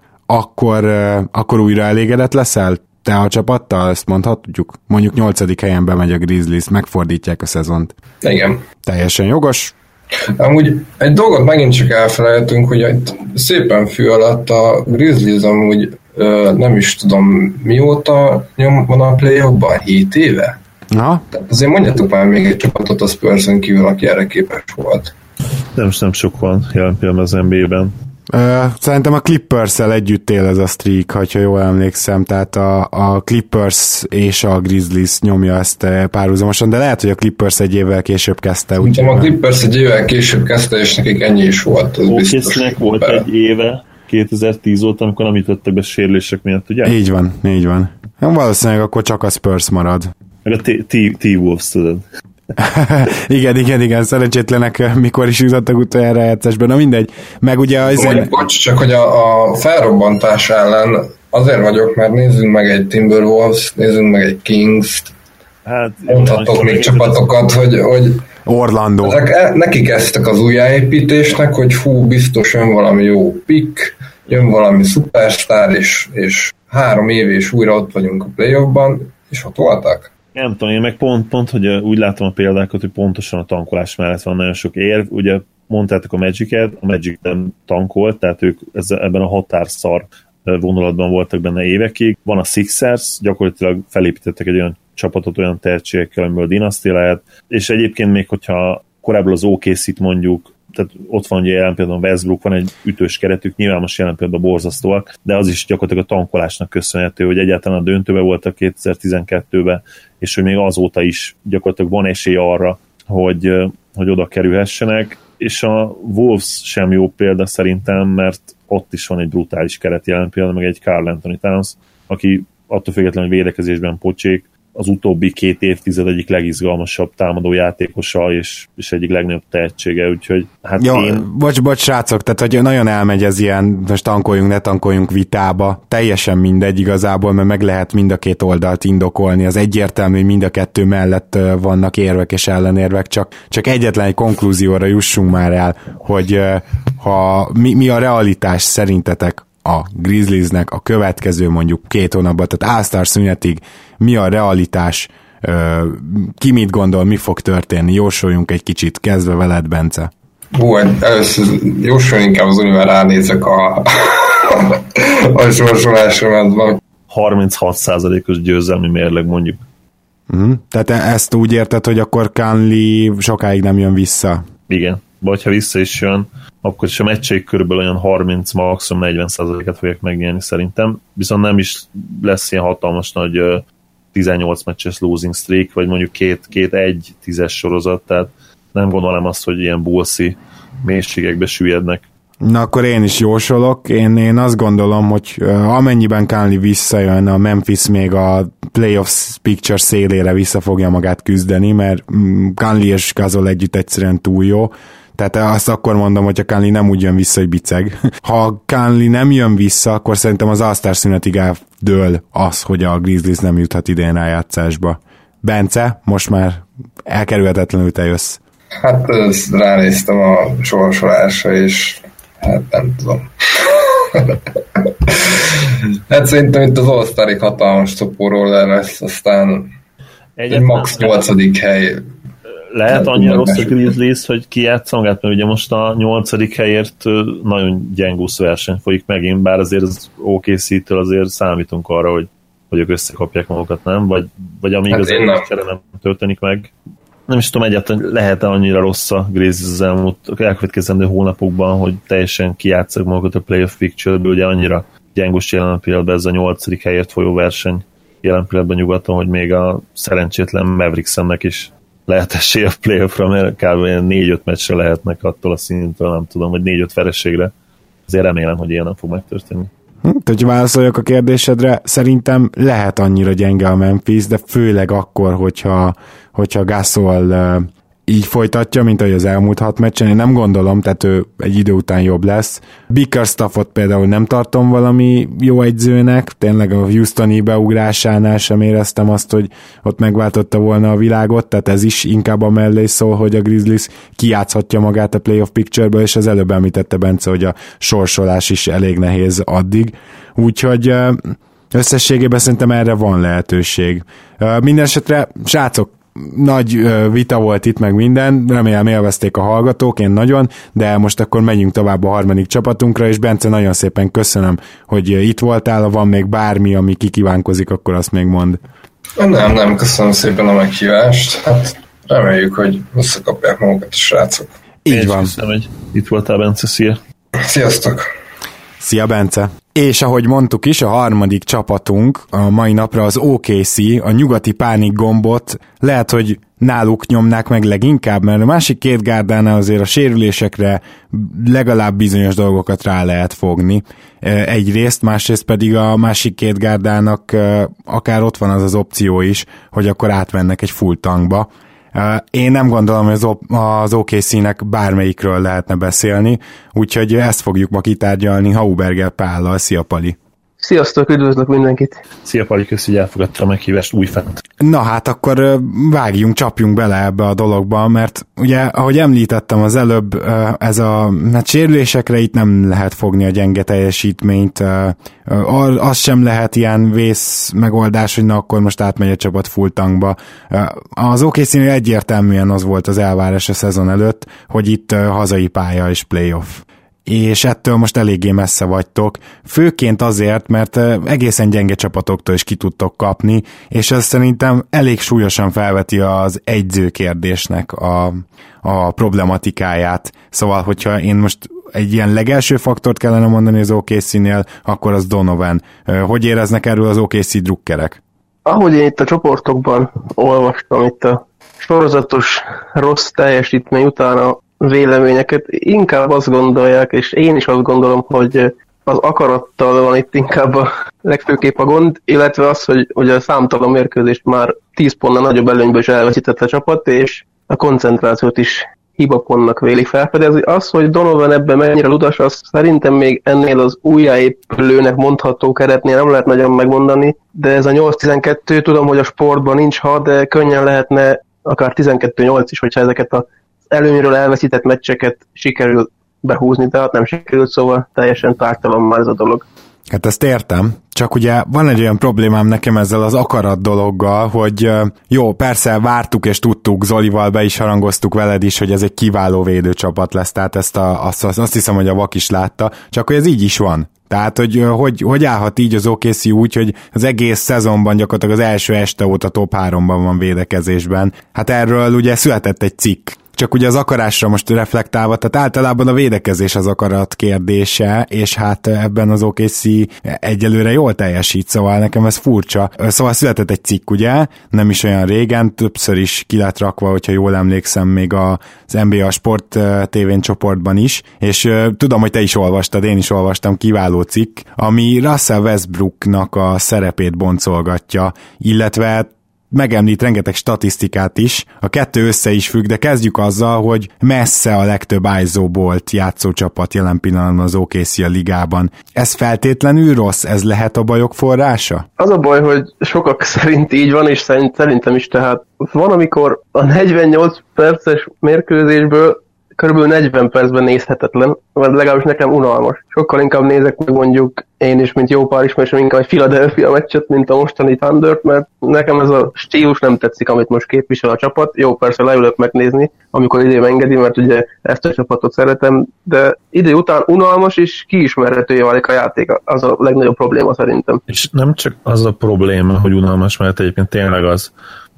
akkor újra elégedett leszel? Te a csapattal, ezt mondhatjuk? Mondjuk 8. helyen bemegy a Grizzlies, megfordítják a szezont. Igen. Teljesen jogos. Amúgy egy dolgot megint csak elfelejtünk, hogy itt szépen fű alatt a Grizzlies amúgy nem is tudom mióta van a play-offban, 7 éve? Na? Tehát azért mondjatok már még egy csapatot a Spurs-ön kívül, aki erre képes volt. Nem sok van jelen pillanatban az NBA-ben. Szerintem a Clippers-el együtt él ez a streak, ha jól emlékszem, tehát a Clippers és a Grizzlies nyomja ezt párhuzamosan, de lehet, hogy a Clippers egy évvel később kezdte. Szerintem a Clippers egy évvel később kezdte, és nekik ennyi is volt. OKC-nek volt egy éve, 2010 óta, amikor nem jutottak be sérülések miatt, ugye? Így van. Valószínűleg akkor csak a Spurs marad. Meg a T-Wolves, tudod. igen, szerencsétlenek mikor is jutottak utoljára játszásban, na mindegy. Meg ugye bocs, csak hogy a felrobbantás ellen azért vagyok, mert nézzünk meg egy Timberwolves, nézzünk meg egy Kings-t, hát, mondhatok még csapatokat, hogy Orlando. Neki kezdtek az újjáépítésnek, hogy biztos jön valami jó pick, jön valami szupersztár, és 3 év és újra ott vagyunk a playoffban, és ott voltak. Nem tudom, én meg pont, hogy úgy látom a példákat, hogy pontosan a tankolás mellett van nagyon sok érv. Ugye mondtátok a Magic-et, a Magic nem tankolt, tehát ők ebben a határszar vonulatban voltak benne évekig. Van a Sixers, gyakorlatilag felépítettek egy olyan csapatot olyan tehetségekkel, amiből dinasztia lehet, és egyébként még, hogyha korábban az OKC-t mondjuk, tehát ott van ugye jelen például Westbrook, van egy ütős keretük, nyilván most jelen például borzasztóak, de az is gyakorlatilag a tankolásnak köszönhető, hogy egyáltalán a döntőbe voltak 2012-ben, és hogy még azóta is gyakorlatilag van esély arra, hogy oda kerülhessenek, és a Wolves sem jó példa szerintem, mert ott is van egy brutális keret jelen például, meg egy Karl Anthony Towns, aki attól függetlenül, hogy védekezésben pocsék, az utóbbi 2 évtized egyik legizgalmasabb támadó játékosa, és egyik legnagyobb tehetsége, úgyhogy hát ja, bocs, srácok, tehát hogy nagyon elmegy ez ilyen, most tankoljunk, ne tankoljunk vitába, teljesen mindegy igazából, mert meg lehet mind a két oldalt indokolni, az egyértelmű, hogy mind a kettő mellett vannak érvek és ellenérvek, csak egyetlen egy konklúzióra jussunk már el, hogy mi a realitás szerintetek a Grizzliesnek a következő mondjuk 2 hónapban, tehát All-Star szünetig mi a realitás, ki mit gondol, mi fog történni, jósoljunk egy kicsit, kezdve veled, Bence. Először jósolj inkább az univel ránézek a sorsolásra, mert van 36%-os győzelmi mérleg mondjuk. Tehát ezt úgy érted, hogy akkor Conley sokáig nem jön vissza? Igen, vagy ha vissza is jön, akkor is a meccség körülbelül olyan 30, maximum 40%-et fogják megnyerni szerintem, viszont nem is lesz ilyen hatalmas nagy 18 meccses losing streak, vagy mondjuk 2-1-10-es sorozat, tehát nem gondolom azt, hogy ilyen bullszi mélységekbe süllyednek. Na akkor én is jósolok, én azt gondolom, hogy amennyiben Conley visszajön, a Memphis még a playoffs picture szélére vissza fogja magát küzdeni, mert Conley és Gasol együtt egyszerűen túl jó, tehát azt akkor mondom, hogy a Conley nem úgy jön vissza, hogy biceg. Ha Conley nem jön vissza, akkor szerintem az All-Star szünetig eldől az, hogy a Grizzlies nem juthat idén rájátszásba. Bence, most már elkerülhetetlenül te jössz. Hát ránéztem a sorsolásra, és hát nem tudom. Hát szerintem itt az All-Starig hatalmas topóról lesz, aztán egy max 8. hely. Lehet annyira rossz a Grizzlies, hogy kijátsza magát, mert ugye most a 8. helyért nagyon gyengúsz verseny folyik megint, bár azért az OKC-től azért számítunk arra, hogy ők összekapják magukat, nem? Vagy amíg hát az egyszerre nem történik meg. Nem is tudom egyáltalán, lehet-e annyira rossz a Grizzlies az elkövetkezendő hónapokban, hogy teljesen kijátszak magukat a playoff picture-ből, ugye annyira gyengos jelen pillanatban ez a 8. helyért folyó verseny jelen pillanatban nyugaton, hogy még a szerencsétlen Mavericksennek is lehet esély a playoffra, mert kb. 4-5 meccsre lehetnek attól a szintől, nem tudom, vagy 4-5 vereségre. Azért remélem, hogy ilyen nem fog megtörténni. Hogy válaszoljak a kérdésedre, szerintem lehet annyira gyenge a Memphis, de főleg akkor, hogyha Gasol így folytatja, mint ahogy az elmúlt 6 meccsen. Én nem gondolom, tehát ő egy idő után jobb lesz. Bickerstaffot például nem tartom valami jó egyzőnek, tényleg a Houstoni beugrásánál sem éreztem azt, hogy ott megváltotta volna a világot, tehát ez is inkább a mellé szól, hogy a Grizzlies kijátszhatja magát a playoff picture-ből, és az előbb említette Bence, hogy a sorsolás is elég nehéz addig. Úgyhogy összességében szerintem erre van lehetőség. Mindenesetre, srácok, nagy vita volt itt meg minden, remélem élvezték a hallgatók, én nagyon, de most akkor menjünk tovább a harmadik csapatunkra, és Bence, nagyon szépen köszönöm, hogy itt voltál, ha van még bármi, ami kikívánkozik, akkor azt még mondd. Nem, köszönöm szépen a meghívást, hát reméljük, hogy összekapják magukat a srácok. Így van. Köszönöm, hogy itt voltál, Bence, szia! Sziasztok! Szia, Bence! És ahogy mondtuk is, a harmadik csapatunk a mai napra az OKC, a nyugati pánik gombot lehet, hogy náluk nyomnák meg leginkább, mert a másik 2 gárdánál azért a sérülésekre legalább bizonyos dolgokat rá lehet fogni. Egyrészt, másrészt pedig a másik 2 gárdának akár ott van az opció is, hogy akkor átmennek egy full tankba. Én nem gondolom, hogy az OKC-nek bármelyikről lehetne beszélni, úgyhogy ezt fogjuk ma kitárgyalni Hauberger Pállal. Szia, Pali! Sziasztok, üdvözlök mindenkit! Szia, Pali, köszi, hogy elfogadta a meghívást újfent. Na hát akkor csapjunk bele ebbe a dologba, mert ugye, ahogy említettem az előbb, ez a sérülésekre itt nem lehet fogni a gyenge teljesítményt, az sem lehet ilyen vész megoldás, hogy na akkor most átmegy a csapat full tankba. Az OKC-nél egyértelműen az volt az elvárás a szezon előtt, hogy itt hazai pálya és playoff. És ettől most eléggé messze vagytok, főként azért, mert egészen gyenge csapatoktól is ki tudtok kapni, és ez szerintem elég súlyosan felveti az egyző kérdésnek a problematikáját. Szóval, hogyha én most egy ilyen legelső faktort kellene mondani az OKC-nél, akkor az Donovan. Hogy éreznek erről az OKC drukkerek? Ahogy én itt a csoportokban olvastam itt a sorozatos rossz teljesítmény után a véleményeket, inkább azt gondolják, és én is azt gondolom, hogy az akarattal van itt inkább legfőképp a gond, illetve az, hogy ugye számtalan mérkőzést már 10 pontnál nagyobb előnyből is elveszített a csapat, és a koncentrációt is hibapontnak vélik felfedezni. Az, hogy Donovan ebben mennyire ludas, az szerintem még ennél az újjáépülőnek mondható keretnél nem lehet nagyon megmondani, de ez a 8-12, tudom, hogy a sportban nincs de könnyen lehetne akár 12-8 is, hogyha ezeket az előnyről elveszített meccseket sikerül behúzni, de hát nem sikerült, szóval teljesen pártalan már ez a dolog. Hát ezt értem, csak ugye van egy olyan problémám nekem ezzel az akarat dologgal, hogy jó, persze vártuk és tudtuk, Zolival be is harangoztuk veled is, hogy ez egy kiváló védőcsapat lesz, tehát ezt azt hiszem, hogy a Vak is látta, csak hogy ez így is van. Tehát, hogy állhat így az OKC úgy, hogy az egész szezonban gyakorlatilag az első este óta top 3-ban van védekezésben. Hát erről ugye született egy cikk. Csak ugye az akarásra most reflektálva, tehát általában a védekezés az akarat kérdése, és hát ebben az OKC egyelőre jól teljesít, szóval nekem ez furcsa. Szóval született egy cikk, ugye, nem is olyan régen, többször is ki lett rakva, hogyha jól emlékszem, még az NBA Sport TV-n csoportban is, és tudom, hogy te is olvastad, én is olvastam, kiváló cikk, ami Russell Westbrooknak a szerepét boncolgatja, illetve megemlít rengeteg statisztikát is, a kettő össze is függ, de kezdjük azzal, hogy messze a legtöbb ISO-bolt játszó csapat jelen pillanatban az OKC a ligában. Ez feltétlenül rossz? Ez lehet a bajok forrása? Az a baj, hogy sokak szerint így van, és szerintem is, tehát van, amikor a 48 perces mérkőzésből körülbelül 40 percben nézhetetlen, vagy legalábbis nekem unalmas. Sokkal inkább nézek meg mondjuk én is, mint jó pár ismerősöm, inkább egy Philadelphia meccset, mint a mostani Thundert, mert nekem ez a stílus nem tetszik, amit most képvisel a csapat. Jó, persze leülök megnézni, amikor idő engedi, mert ugye ezt a csapatot szeretem, de idő után unalmas és kiismerhetője válik a játék. Az a legnagyobb probléma szerintem. És nem csak az a probléma, hogy unalmas, mert egyébként tényleg az,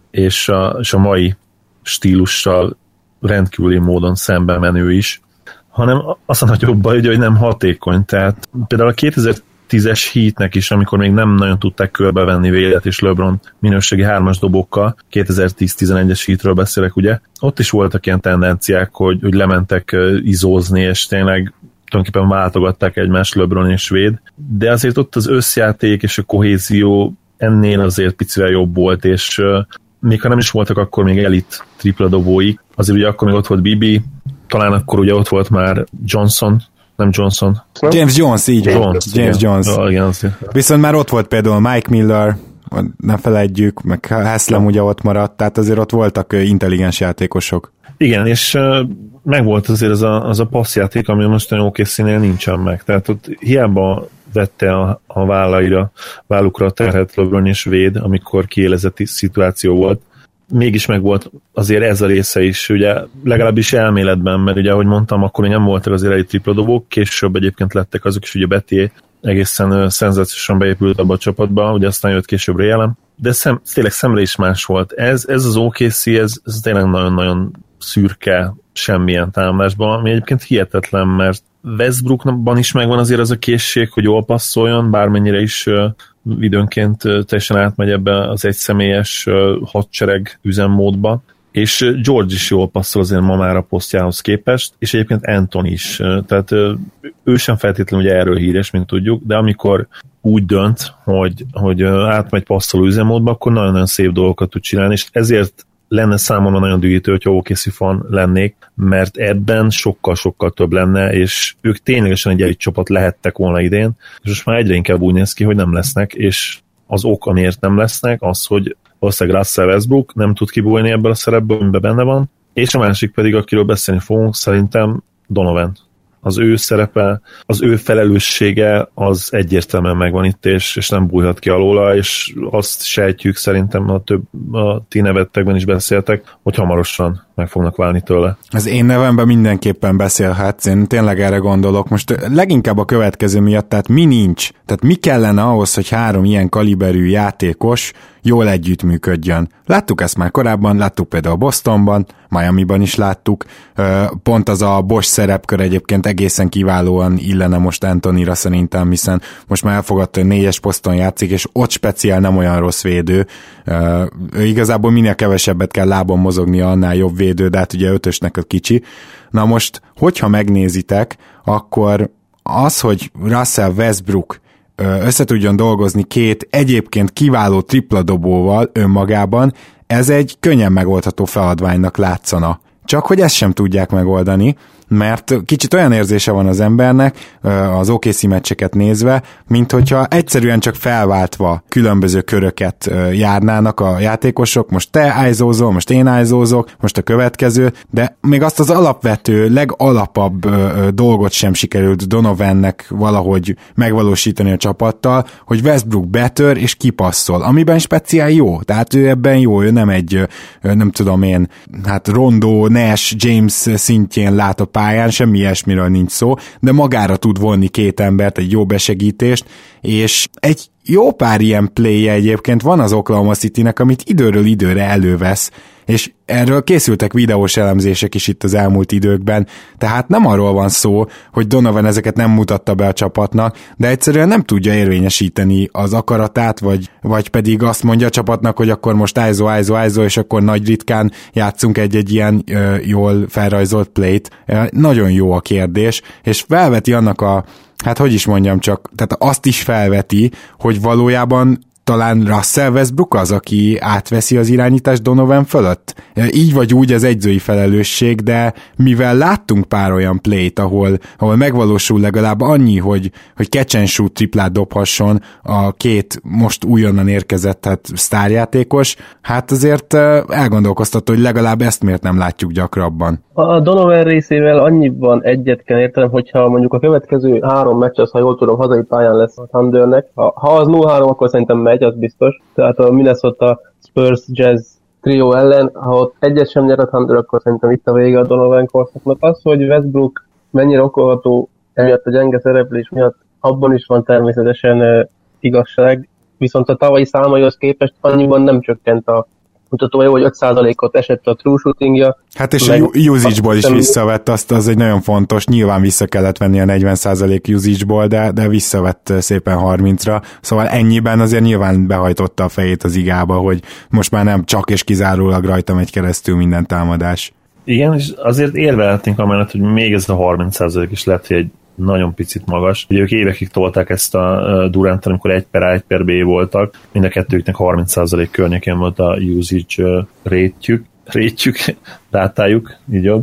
és a mai stílussal rendkívüli módon szembe menő is, hanem az a nagyobb baj, hogy nem hatékony. Tehát például a 2010-es Heatnek is, amikor még nem nagyon tudták körbevenni Védet és LeBron minőségi 3-as dobókkal, 2010-11-es Heatről beszélek, ugye, ott is voltak ilyen tendenciák, hogy lementek izózni, és tényleg tulajdonképpen váltogatták egymást LeBron és Wade, de azért ott az összjáték és a kohézió ennél azért picivel jobb volt, és még ha nem is voltak akkor még elit tripla dobóik, azért ugye akkor még ott volt Bibi, talán akkor ugye ott volt már Johnson, nem Johnson. James Jones, így Jones, James Jones. Igen, viszont már ott volt például Mike Miller, ne felejtjük, meg Haslem ugye ott maradt, tehát azért ott voltak intelligens játékosok. Igen, és megvolt azért az a passzjáték, ami most a OKC-nél nincsen meg. Tehát ott hiába vette a vállukra a terhet LeBron és Wade, amikor kiélezett szituáció volt. Mégis megvolt azért ez a része is, ugye legalábbis elméletben, mert ugye ahogy mondtam, akkor még nem voltak azért egy tripladobók, később egyébként lettek azok is, ugye Betty egészen szenzációsan beépült abba a csapatba, ugye aztán jött később Ray Allen, de tényleg szemre is más volt. Ez az OKC, ez tényleg nagyon-nagyon szürke semmilyen támadásban, ami egyébként hihetetlen, mert Westbrookban is megvan azért az a készség, hogy jól passzoljon, bármennyire is időnként teljesen átmegy ebbe az egyszemélyes hadsereg üzemmódba, és George is jól passzol azért ma már a posztjához képest, és egyébként Anthony is, tehát ő sem feltétlenül ugye erről híres, mint tudjuk, de amikor úgy dönt, hogy átmegy passzoló üzemmódba, akkor nagyon-nagyon szép dolgokat tud csinálni, és ezért lenne számomra nagyon dühítő, hogyha OKC fan lennék, mert ebben sokkal-sokkal több lenne, és ők ténylegesen egy elit csapat lehettek volna idén, és most már egyre inkább úgy néz ki, hogy nem lesznek, és az ok, amiért nem lesznek, az, hogy valószínűleg Russell Westbrook nem tud kibújni ebből a szerepből, amiben benne van, és a másik pedig, akiről beszélni fogunk, szerintem Donovan. Az ő szerepe, az ő felelőssége az egyértelműen megvan itt, és nem bújhat ki alóla, és azt sejtjük, szerintem a ti nevettekben is beszéltek, hogy hamarosan meg fognak válni tőle. Az én nevemben mindenképpen beszélhetsz, én tényleg erre gondolok. Most leginkább a következő miatt, tehát mi nincs? Tehát mi kellene ahhoz, hogy 3 ilyen kaliberű játékos jól együttműködjön? Láttuk ezt már korábban, láttuk például Bostonban, Miamiban is láttuk. Pont az a Bosch szerepkör egyébként egészen kiválóan illene most Anthonyra szerintem, hiszen most már elfogadta, hogy 4-es poszton játszik, és ott speciál nem olyan rossz védő. Ő igazából minél kevesebbet kell lábon mozognia, annál jobb védő, de hát ugye 5-ösnek a kicsi. Na most, hogyha megnézitek, akkor az, hogy Russell Westbrook összetudjon dolgozni két egyébként kiváló tripladobóval önmagában, ez egy könnyen megoldható feladványnak látszana. Csak hogy ezt sem tudják megoldani, mert kicsit olyan érzése van az embernek az OKC meccseket nézve, mint hogyha egyszerűen csak felváltva különböző köröket járnának a játékosok, most te ájzózol, most én ájzózok, most a következő, de még azt az alapvető, legalapabb dolgot sem sikerült Donovannek valahogy megvalósítani a csapattal, hogy Westbrook betör és kipasszol, amiben speciál jó, tehát ő ebben jó, ő nem egy, nem tudom én, hát Rondo, Nash, James szintjén lát a pályán, semmi ilyesmiről nincs szó, de magára tud vonni két embert, egy jó besegítést, és egy jó pár ilyen play-je egyébként van az Oklahoma Citynek, amit időről időre elővesz, és erről készültek videós elemzések is itt az elmúlt időkben, tehát nem arról van szó, hogy Donovan ezeket nem mutatta be a csapatnak, de egyszerűen nem tudja érvényesíteni az akaratát, vagy pedig azt mondja a csapatnak, hogy akkor most ájzó, és akkor nagy ritkán játszunk egy ilyen jól felrajzolt play-t. Nagyon jó a kérdés, és felveti annak hát hogy is mondjam csak, tehát azt is felveti, hogy valójában talán Russell Westbrook az, aki átveszi az irányítást Donovan fölött. Így vagy úgy ez egyzői felelősség, de mivel láttunk pár olyan playt, ahol megvalósul legalább annyi, hogy catch and shoot triplát dobhasson a két most újonnan érkezett sztárjátékos, hát azért elgondolkoztató, hogy legalább ezt miért nem látjuk gyakrabban. A Donovan részével annyiban egyet kell értenem, hogyha mondjuk a következő 3 meccs, az, ha jól tudom, hazai pályán lesz a Thundernek. Ha az 0-3, akkor szerintem megy, az biztos. Tehát a Minnesota Spurs Jazz trió ellen, ha ott egyet sem nyer a Thunder, akkor szerintem itt a vége a Donovan korszaknak. Az, hogy Westbrook mennyire okolható emiatt a gyenge szereplés miatt, abban is van természetesen igazság, viszont a tavalyi számaihoz képest annyiban nem csökkent a mutatója, hogy 5%-ot esett a true shootingja. Hát és a usage-ból is visszavett, az egy nagyon fontos, nyilván vissza kellett venni a 40% usage-ból, de visszavett szépen 30-ra, szóval ennyiben azért nyilván behajtotta a fejét az igába, hogy most már nem csak és kizárólag rajta megy keresztül minden támadás. Igen, és azért érvelhetnénk amellett, hogy még ez a 30% is lehet, hogy egy nagyon picit magas. Ugye ők évekig tolták ezt a Durant, amikor 1/A, 1/B voltak, mind a kettőknek 30% környékén volt a usage rétjük, dátájuk, így jobb.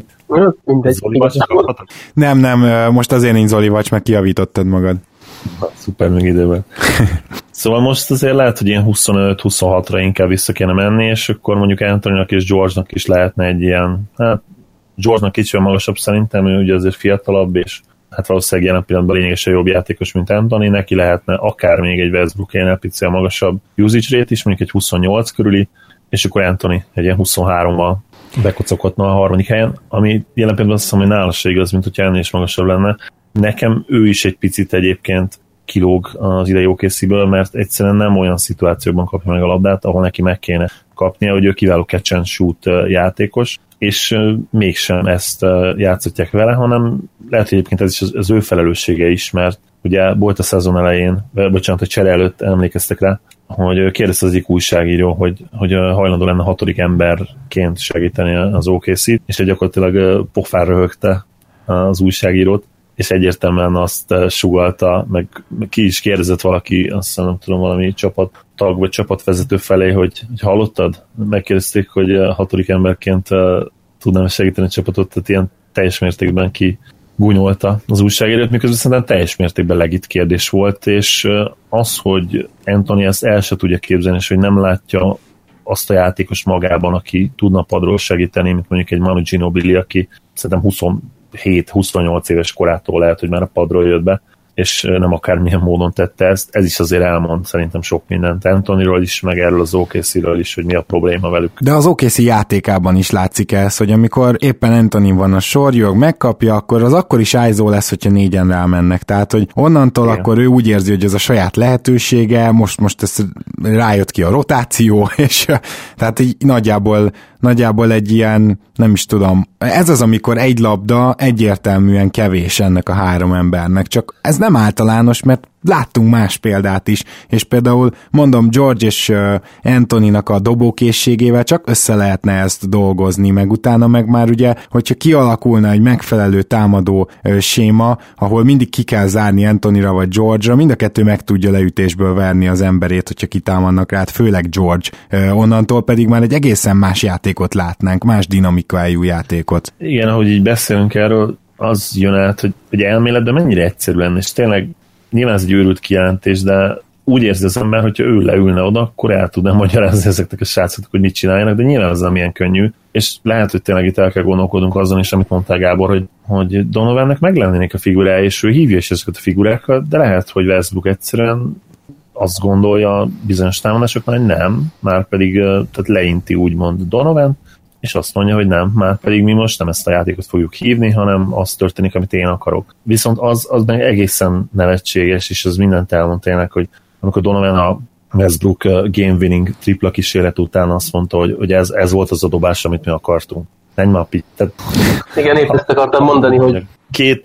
Nem, most azért nincs Zolivacs, meg kijavítottad magad. Szuper, meg időben. Szóval most azért lehet, hogy ilyen 25-26-ra inkább vissza kéne menni, és akkor mondjuk Anthonynak és George-nak is lehetne egy ilyen, hát George-nak kicsivel magasabb szerintem, ő ugye azért fiatalabb, és hát valószínűleg jelen pillanatban lényegesen jobb játékos, mint Anthony, neki lehetne akár még egy Westbrook-énél picit magasabb usage rate is, mondjuk egy 28 körüli, és akkor Anthony egy ilyen 23-mal bekocoghatna a harmadik helyen, ami jelen pillanatban azt hiszem, hogy nála se igaz, mint hogyha ennél is magasabb lenne. Nekem ő is egy picit egyébként kilóg az idei OKC-ből, mert egyszerűen nem olyan szituációkban kapja meg a labdát, ahol neki meg kéne kapnia, hogy ő kiváló catch and shoot játékos, és mégsem ezt játszotják vele, hanem lehet, hogy egyébként ez is az ő felelőssége is, mert ugye volt a szezon elején, bocsánat, a csere előtt emlékeztek rá, hogy kérdezte az egyik újságíró, hogy hajlandó lenne 6. emberként segíteni az OKC-t, és gyakorlatilag pofán röhögte az újságírót, és egyértelműen azt sugallta, meg ki is kérdezett valaki, azt nem tudom, valami csapattag vagy csapatvezető felé, hogy hallottad? Megkérdezték, hogy 6. emberként tudnám segíteni a csapatot, tehát ilyen teljes mértékben gúnyolta az újságírót, miközben szerintem teljes mértékben legit kérdés volt, és az, hogy Anthony ezt el se tudja képzelni, és hogy nem látja azt a játékos magában, aki tudna padról segíteni, mint mondjuk egy Manu Ginobili, aki szerintem 27-28 éves korától lehet, hogy már a padról jött be, és nem akármilyen módon tette ezt. Ez is azért elmond szerintem sok mindent Anthonyról is, meg erről az OKC-ről is, hogy mi a probléma velük. De az OKC játékában is látszik ez, hogy amikor éppen Anthony van a sorjog, megkapja, akkor az akkor is ájzó lesz, hogyha 4-en rámennek. Tehát, hogy onnantól igen, akkor ő úgy érzi, hogy ez a saját lehetősége, most ez rájött ki a rotáció, és tehát így nagyjából egy ilyen, nem is tudom, ez az, amikor egy labda egyértelműen kevés ennek a 3 embernek, csak ez nem általános, mert láttunk más példát is, és például mondom, George és Anthonynak a dobókészségével csak össze lehetne ezt dolgozni, meg utána meg már ugye, hogyha kialakulna egy megfelelő támadó séma, ahol mindig ki kell zárni Anthonyra vagy George-ra, mind a kettő meg tudja leütésből verni az emberét, hogyha kitámadnak rá, főleg George. Onnantól pedig már egy egészen más játékot látnánk, más dinamikájú játékot. Igen, ahogy így beszélünk erről, az jön át, hogy elméletben mennyire egyszerű lenne, és tényleg nyilván ez egy őrült kijelentés, de úgy érzi az ember, hogyha ő leülne oda, akkor el tudná magyarázni ezeknek a srácoknak, hogy mit csináljanak, de nyilván ez nem ilyen könnyű, és lehet, hogy tényleg itt el kell gondolkodnunk azon is, amit mondtál Gábor, hogy Donovannek meg lennének a figurája, és ő hívja is ezeket a figurákat, de lehet, hogy Westbrook egyszerűen azt gondolja bizonyos támadásoknál, hogy nem, már pedig tehát leinti úgymond Donovan, és azt mondja, hogy nem, már pedig mi most nem ezt a játékot fogjuk hívni, hanem az történik, amit én akarok. Viszont az meg egészen nevetséges, és az mindent elmond tényleg, hogy amikor Donovan a Westbrook game-winning tripla kísérlet után azt mondta, hogy ez volt az a dobás, amit mi akartunk. Menj már igen, épp ezt akartam mondani, hogy 1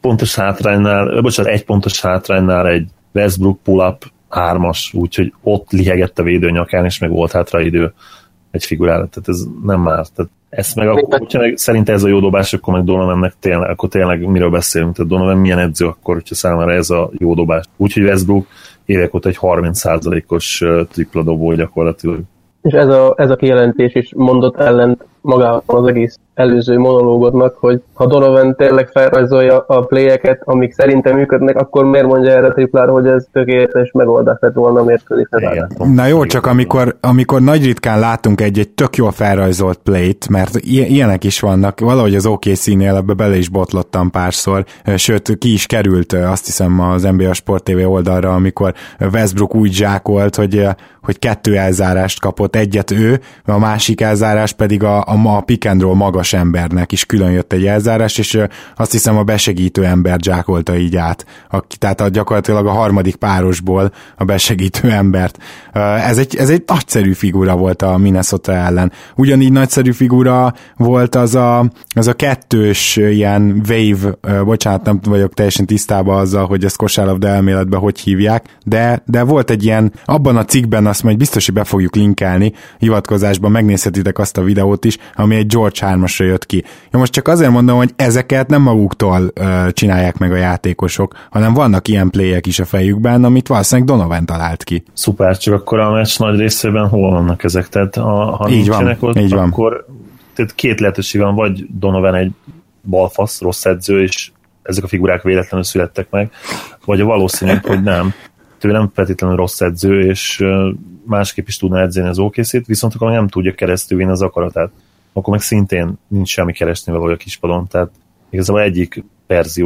pontos hátránynál egy Westbrook pull-up 3-as, úgyhogy ott lihegett a védő nyakán, és meg volt hátra idő egy figurára, tehát ez nem már. Tehát ezt meg akkor, hogyha szerint ez a jó dobás, akkor meg Donovannek tényleg miről beszélünk, tehát Donovan milyen edző akkor, hogyha számára ez a jó dobás. Úgyhogy Westbrook évek óta egy 30%-os tripla dobó gyakorlatilag. És ez a kijelentés is mondott ellent magában az egész előző monológodnak, hogy ha Donovan tényleg felrajzolja a playeket, amik szerintem működnek, akkor miért mondja erre triplára, hogy ez tökéletes megoldás lett volna a mérkőzésre. Na jó, csak amikor nagy ritkán látunk egy tök jól felrajzolt playt, mert ilyenek is vannak, valahogy az OKC-nél ebbe bele is botlottam párszor, sőt ki is került, azt hiszem az NBA Sport TV oldalra, amikor Westbrook úgy zsákolt, hogy 2 elzárást kapott, egyet ő, a másik elzárás pedig a pick and roll magas embernek is külön jött egy elzárás, és azt hiszem a besegítő ember zsákolta így át. Tehát gyakorlatilag a harmadik párosból a besegítő embert. Ez egy nagyszerű figura volt a Minnesota ellen. Ugyanígy nagyszerű figura volt az a kettős ilyen wave, bocsánat, nem vagyok teljesen tisztában azzal, hogy ezt kosárlabda elméletben hogy hívják, de volt egy ilyen, abban a cikkben, azt majd biztos, hogy be fogjuk linkelni, hivatkozásban megnézhetitek azt a videót is, ami egy George 3-asra jött ki. Ja, most csak azért mondom, hogy ezeket nem maguktól csinálják meg a játékosok, hanem vannak ilyen playek is a fejükben, amit valószínűleg Donovan talált ki. Szuper, csak akkor a meccs nagy részében hol vannak ezek? Tehát ha így nincsenek van, ott, így van. akkor tehát 2 lehetőség van, vagy Donovan egy balfasz, rossz edző, és ezek a figurák véletlenül születtek meg, vagy a valószínű, hogy nem. Ő nem feltétlenül rossz edző, és másképp is tudna edzeni az OKC-t, viszont akkor nem tudja keresztülvinni az akaratát. Akkor meg szintén nincs semmi keresni valója a kispadon, tehát igazából egyik verzió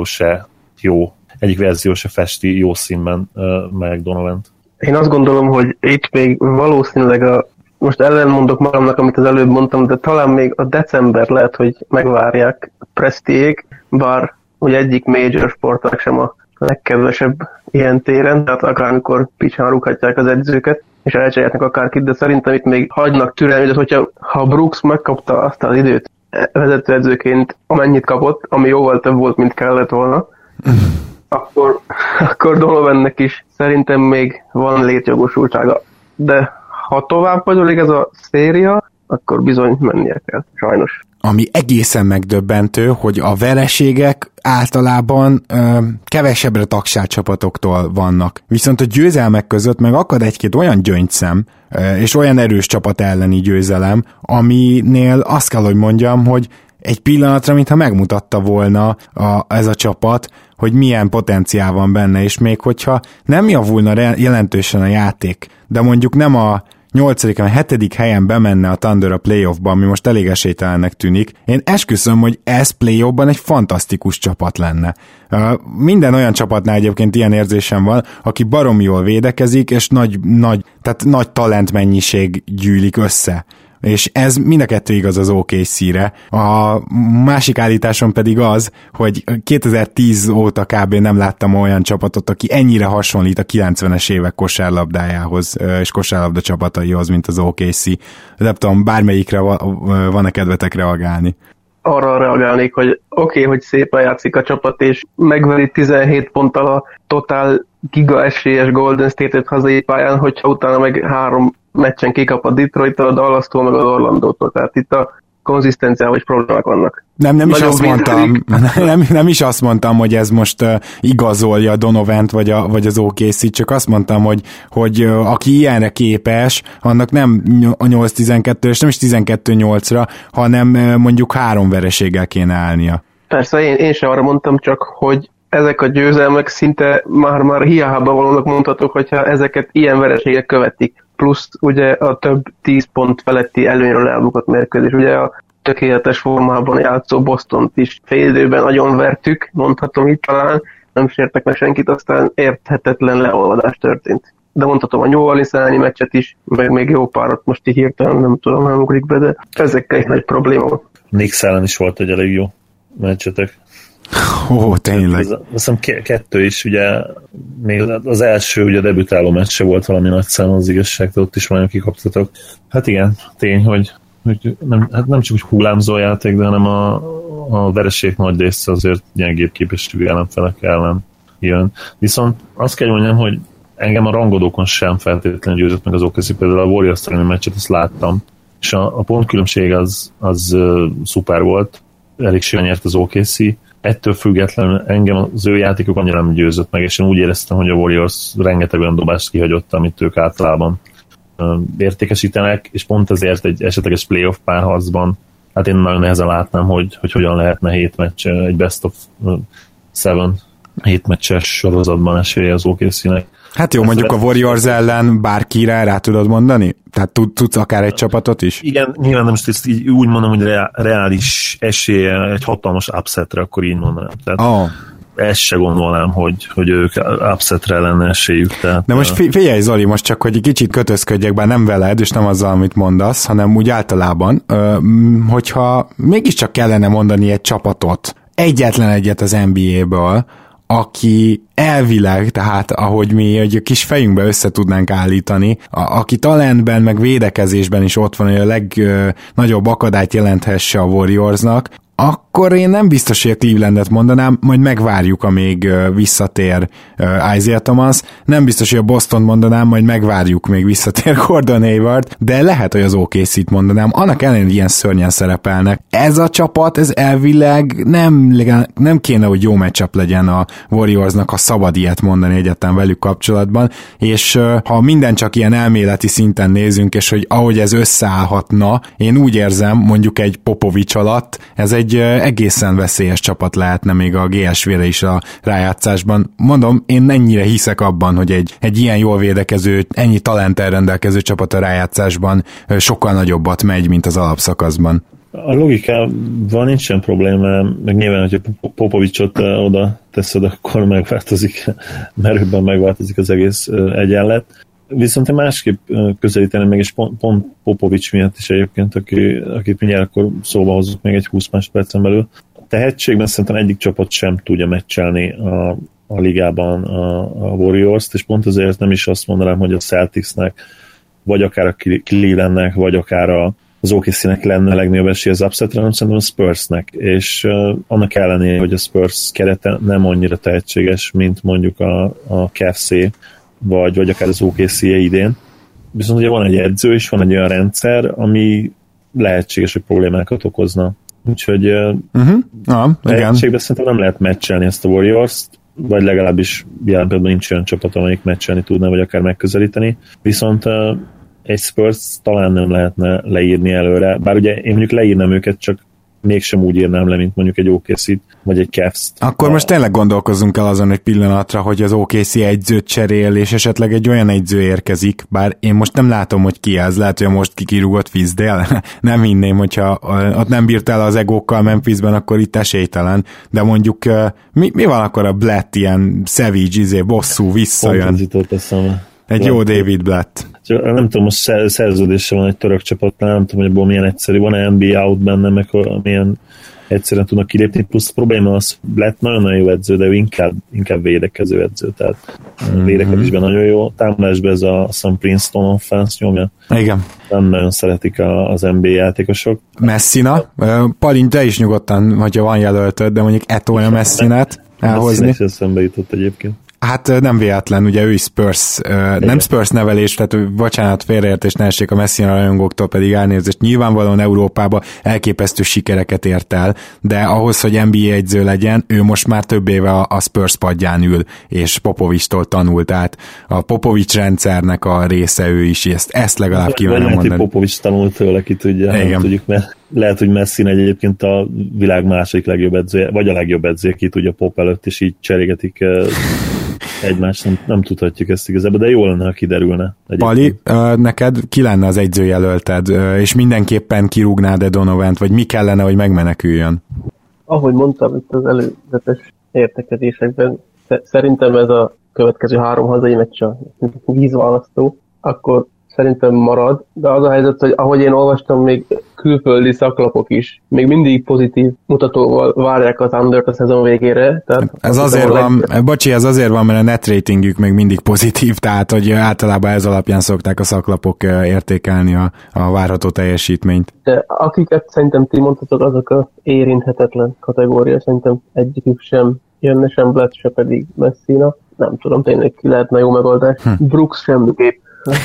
se festi jó színben meg Donovant. Én azt gondolom, hogy itt még valószínűleg most ellenmondok magamnak, amit az előbb mondtam, de talán még a december lehet, hogy megvárják Prestiék, bár ugye egyik major sportág sem a legkedvesebb ilyen téren, tehát akármikor picsán rúghatják az edzőket, és elcserélhetnek akárkit, de szerintem itt még hagynak türelni, de ha Brooks megkapta azt az időt vezetőedzőként, amennyit kapott, ami jóval több volt, mint kellett volna, akkor Donovannek is szerintem még van létjogosultsága. De ha tovább vagyolik ez a széria, akkor bizony mennie kell, sajnos. Ami egészen megdöbbentő, hogy a vereségek általában kevesebbre tagsált csapatoktól vannak. Viszont a győzelmek között meg akad egy-két olyan gyöngyszem, és olyan erős csapat elleni győzelem, aminél azt kell, hogy mondjam, hogy egy pillanatra, mintha megmutatta volna ez a csapat, hogy milyen potenciál van benne, és még hogyha nem javulna jelentősen a játék, de mondjuk nem a 8., vagy 7. helyen bemenne a Thunder a playoffba, ami most elég esélytelennek tűnik, én esküszöm, hogy ez playoffban egy fantasztikus csapat lenne. Minden olyan csapatnál egyébként ilyen érzésem van, aki baromi jól védekezik, és nagy talentmennyiség gyűlik össze. És ez mind a kettő igaz az OKC-re. A másik állításom pedig az, hogy 2010 óta kb. Nem láttam olyan csapatot, aki ennyire hasonlít a 90-es évek kosárlabdájához és kosárlabda csapataihoz, mint az OKC. Nem tudom, bármelyikre van-e kedvetek reagálni? Arra reagálnék, hogy oké, hogy szépen játszik a csapat, és megveri 17 ponttal a totál giga esélyes Golden State-et hazai pályán, hogyha utána meg 3 meccsen kikap a Detroit-tól, a Dallas-tól, meg az Orlandótól. Tehát itt a konzisztenciával is problémák vannak. Nem is azt mondtam, hogy ez most igazolja Donovant vagy az OKC-t, csak azt mondtam, hogy aki ilyenre képes, annak nem a 8-12-es, nem is 12-8-ra, hanem mondjuk 3 vereséggel kéne állnia. Persze, én sem arra mondtam, csak hogy ezek a győzelmek szinte már hiába valónak mondhatók, hogyha ezeket ilyen vereségek követik. Plusz ugye a több 10 pont feletti előnyről elbukott mérkőzés. Ugye a tökéletes formában játszó Bostont is fél időben nagyon vertük, mondhatom így talán, nem sértek meg senkit, aztán érthetetlen leolvadás történt. De mondhatom a New Orleans elleni meccset is, meg még jó párat most így hirtelen nem tudom, nem ugrik be, de ezekkel egy nagy probléma van. Knicks ellen is volt egy elég jó meccsetek. Ó, tényleg. Azt hiszem 2 is, ugye még az első ugye debütáló meccse volt valami nagy szám az igazság, de ott is nagyon kikaptatok. Hát igen, tény, hogy nem csak hogy hullámzó játék, de hanem a vereség nagy része azért gyengébb képességű ellenfelek ellen jön. Viszont azt kell mondjam, hogy engem a rangodókon sem feltétlenül győzött meg az OKC, például a Warriors elleni meccset azt láttam, és a pontkülönbség az szuper volt, elég simán nyert az OKC. Ettől függetlenül engem az ő játékok annyira nem győzött meg, és én úgy éreztem, hogy a Warriors rengeteg olyan dobást kihagyott, amit ők általában értékesítenek, és pont ezért egy esetleges playoff párharcban, hát én nagyon nehezen látnám, hogy hogyan lehetne 7 meccs, egy best of 7 meccses sorozatban esélye az OKC-nek. Hát jó, mondjuk a Warriors ellen bárkire rá tudod mondani? Tehát tudsz akár egy csapatot is? Igen, nyilván nem most így úgy mondom, hogy reális esélye egy hatalmas upsetre, akkor így mondanám. Tehát ezt se gondolnám, hogy ők upsetre lenne esélyük. Tehát, de most figyelj Zoli, most csak, hogy egy kicsit kötözködjek, bár nem veled, és nem azzal, amit mondasz, hanem úgy általában, hogyha mégiscsak kellene mondani egy csapatot, egyetlen egyet az NBA-ből, aki elvileg, tehát ahogy mi egy kis fejünkbe össze tudnánk állítani, aki talentben, meg védekezésben is ott van, hogy a legnagyobb akadályt jelenthesse a Warriorsnak, akkor én nem biztos, hogy a Clevelandet mondanám, majd megvárjuk, amíg visszatér Isaiah Thomas, nem biztos, hogy a Boston mondanám, majd megvárjuk, még visszatér Gordon Hayward, de lehet, hogy az OKC-t mondanám, annak ellenére ilyen szörnyen szerepelnek. Ez a csapat, ez elvileg nem kéne, hogy jó matchup legyen a Warriorsnak, ha szabad ilyet mondani egyáltalán velük kapcsolatban, és ha minden csak ilyen elméleti szinten nézünk, és hogy ahogy ez összeállhatna, én úgy érzem, mondjuk egy Popovics alatt, ez egy egészen veszélyes csapat lehetne még a GSV-re is a rájátszásban. Mondom, én ennyire hiszek abban, hogy egy ilyen jól védekező, ennyi talenttel rendelkező csapat a rájátszásban sokkal nagyobbat megy, mint az alapszakaszban. A logikával nincsen probléma, meg nyilván, hogyha Popovicsot oda teszed, akkor megváltozik, merőbben megváltozik az egész egyenlet. Viszont én másképp közelíteném meg, és pont Popovics miatt is egyébként, akit mindjárt akkor szóba hozzuk még egy 20 másodpercen belül. A tehetségben szerintem egyik csapat sem tudja meccselni a ligában a Warriors-t, és pont ezért nem is azt mondanám, hogy a Celticsnek, vagy akár a Clevelandnek, vagy akár az OKC-nek lenne a legnagyobb esély az upsetre, hanem szerintem a Spursnek, és annak ellenére, hogy a Spurs kerete nem annyira tehetséges, mint mondjuk a Cavs, vagy akár az OKC-je idén. Viszont ugye van egy edző, és van egy olyan rendszer, ami lehetséges, hogy problémákat okozna. Úgyhogy tehetségben szerintem nem lehet meccselni ezt a Warriors-t, vagy legalábbis jelen pillanatban nincs olyan csapat, amelyik meccselni tudna, vagy akár megközelíteni. Viszont egy Spurs talán nem lehetne leírni előre, bár ugye én mondjuk leírnám őket, csak mégsem úgy írnám le, mint mondjuk egy OKC-t, vagy egy Cavs-t. Akkor most tényleg gondolkozzunk el azon egy pillanatra, hogy az OKC egyzőt cserél, és esetleg egy olyan egyző érkezik, bár én most nem látom, hogy ki ez, lehet, hogy most kikirúgott Fizdale. Nem hinném, hogyha ott nem bírt el az egókkal Memphisben, akkor itt esélytelen. De mondjuk mi van akkor a Blatt, ilyen savage, bosszú, visszajön? Egy jó David Blatt. Nem tudom, most szerződése van egy török csapatnál, nem tudom, hogy abból milyen egyszerű, van-e NBA out benne, meg milyen egyszerűen tudnak kilépni, plusz a probléma az, Blatt nagyon jó edző, de ő inkább védekező edző, tehát védekezésben nagyon jó, támadásban ez a Sam Princeton offense nyomja. Igen. Nem nagyon szeretik az NBA játékosok. Messina, Palin, te is nyugodtan, hogyha van jelöltöd, de mondjuk Eto'o Messinát elhozni. Messina is eszembe jutott egyébként. Hát nem véletlen, ugye ő is Spurs, nem Spurs nevelés, tehát bocsánat, félreértés ne essék a Messina rajongóktól, pedig elnézést, nyilvánvalóan Európában elképesztő sikereket ért el, de ahhoz, hogy NBA edző legyen, ő most már több éve a Spurs padján ül, és Popovicstól tanult, tehát a Popovics rendszernek a része ő is, ezt legalább kívánom mondani. Lehet, hogy Popovics tanult tőle, ki tudja, nem tudjuk, mert lehet, hogy Messi egyébként a világ második legjobb edzője, vagy a legjobb edzője, ki tudja Pop előtt, és így cserégetik egymást, nem tudhatjuk ezt igazából, de jó lenne, ha kiderülne. Pali, neked ki lenne az edzőjelölted, és mindenképpen kirúgnád-e Donovant, vagy mi kellene, hogy megmeneküljön? Ahogy mondtam itt az előzetes értekezésekben, szerintem ez a következő 3 hazai meccs a vízválasztó, akkor szerintem marad, de az a helyzet, hogy ahogy én olvastam, még külföldi szaklapok is még mindig pozitív mutatóval várják az Undert a szezon végére. Tehát ez azért van, ez azért van, mert a net ratingjük még mindig pozitív, tehát hogy általában ez alapján szokták a szaklapok értékelni a várható teljesítményt. De akiket szerintem ti mondhatok, azok a érinthetetlen kategória, szerintem egyikük sem jönne, sem Blatt, se pedig Messina. Nem tudom, tényleg ki lehetne jó megoldás. Brooks semmiképp.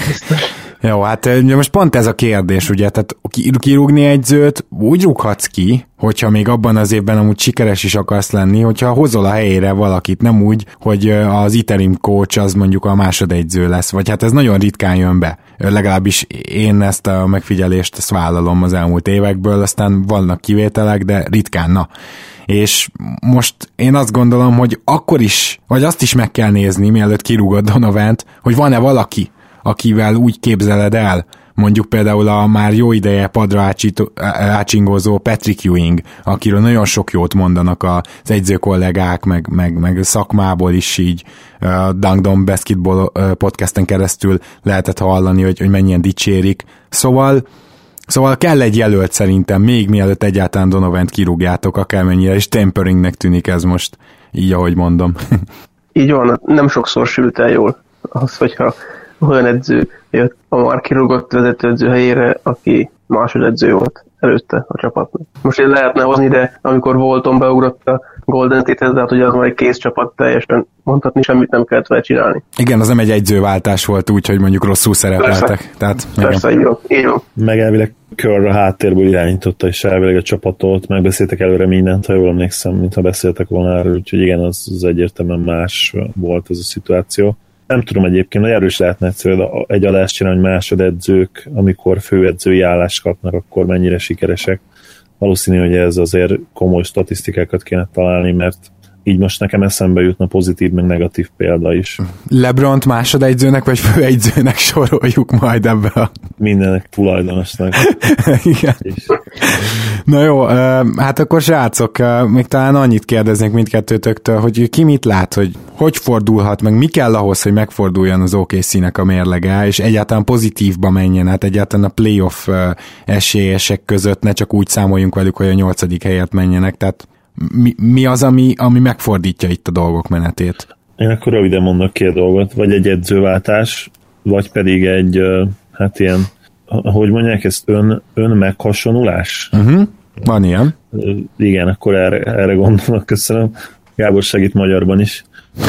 Jó, hát most pont ez a kérdés, ugye, tehát kirúgni edzőt úgy rúghatsz ki, hogyha még abban az évben amúgy sikeres is akarsz lenni, hogyha hozol a helyére valakit, nem úgy, hogy az interim coach az mondjuk a másodedző lesz, vagy hát ez nagyon ritkán jön be. Legalábbis én ezt a megfigyelést ezt vállalom az elmúlt évekből, aztán vannak kivételek, de ritkán, na. És most én azt gondolom, hogy akkor is, vagy azt is meg kell nézni, mielőtt kirúgod Donovant, hogy van-e valaki, akivel úgy képzeled el, mondjuk például a már jó ideje padra ácsingózó Patrick Ewing, akiről nagyon sok jót mondanak az edző kollégák, meg szakmából is így Dunk Basketball podcasten keresztül lehetett hallani, hogy mennyien dicsérik. Szóval kell egy jelölt szerintem, még mielőtt egyáltalán Donovant kirúgjátok, akármennyire, és temperingnek tűnik ez most, így ahogy mondom. Így van, nem sokszor sült el jól az, hogyha olyan edző jött a már kirúgott vezetőedző helyére, aki másodedző volt előtte a csapatnak. Most én lehetne hozni, de amikor Walton beugrott a Golden State-hez, de hát ugye az már egy kész csapat, teljesen mondhatni, semmit nem kellett vele csinálni. Igen, az nem egy egyzőváltás volt úgy, hogy mondjuk rosszul szerepeltek. Persze, így van. Meg elvileg Kerr a háttérből irányította, és elvileg a csapatot, megbeszéltek előre mindent, ha jól emlékszem, mintha beszéltek volna erről, úgyhogy igen, az egyértelműen más volt ez a szituáció. Nem tudom egyébként, hogy erős lehetne egyszerűen egy adást csinálni, hogy másodedzők, amikor főedzői állást kapnak, akkor mennyire sikeresek. Valószínű, hogy ez azért komoly statisztikákat kéne találni, mert így most nekem eszembe jutna pozitív, meg negatív példa is. LeBront másodegyzőnek vagy főegyzőnek soroljuk majd ebbe a... Mindenek tulajdonosnak. Igen. Na jó, hát akkor srácok, még talán annyit kérdeznék mindkettőtöktől, hogy ki mit lát, hogy fordulhat, meg mi kell ahhoz, hogy megforduljon az OKC-nek a mérlege, és egyáltalán pozitívba menjen, hát egyáltalán a playoff esélyesek között ne csak úgy számoljunk velük, hogy a 8. helyet menjenek, tehát mi az, ami megfordítja itt a dolgok menetét? Én akkor röviden mondok 2 dolgot, vagy egy edzőváltás, vagy pedig egy, hát ilyen, hogy mondják ezt, ön meghasonulás? Van ilyen. Igen, akkor erre gondolok, köszönöm. Gábor segít magyarban is.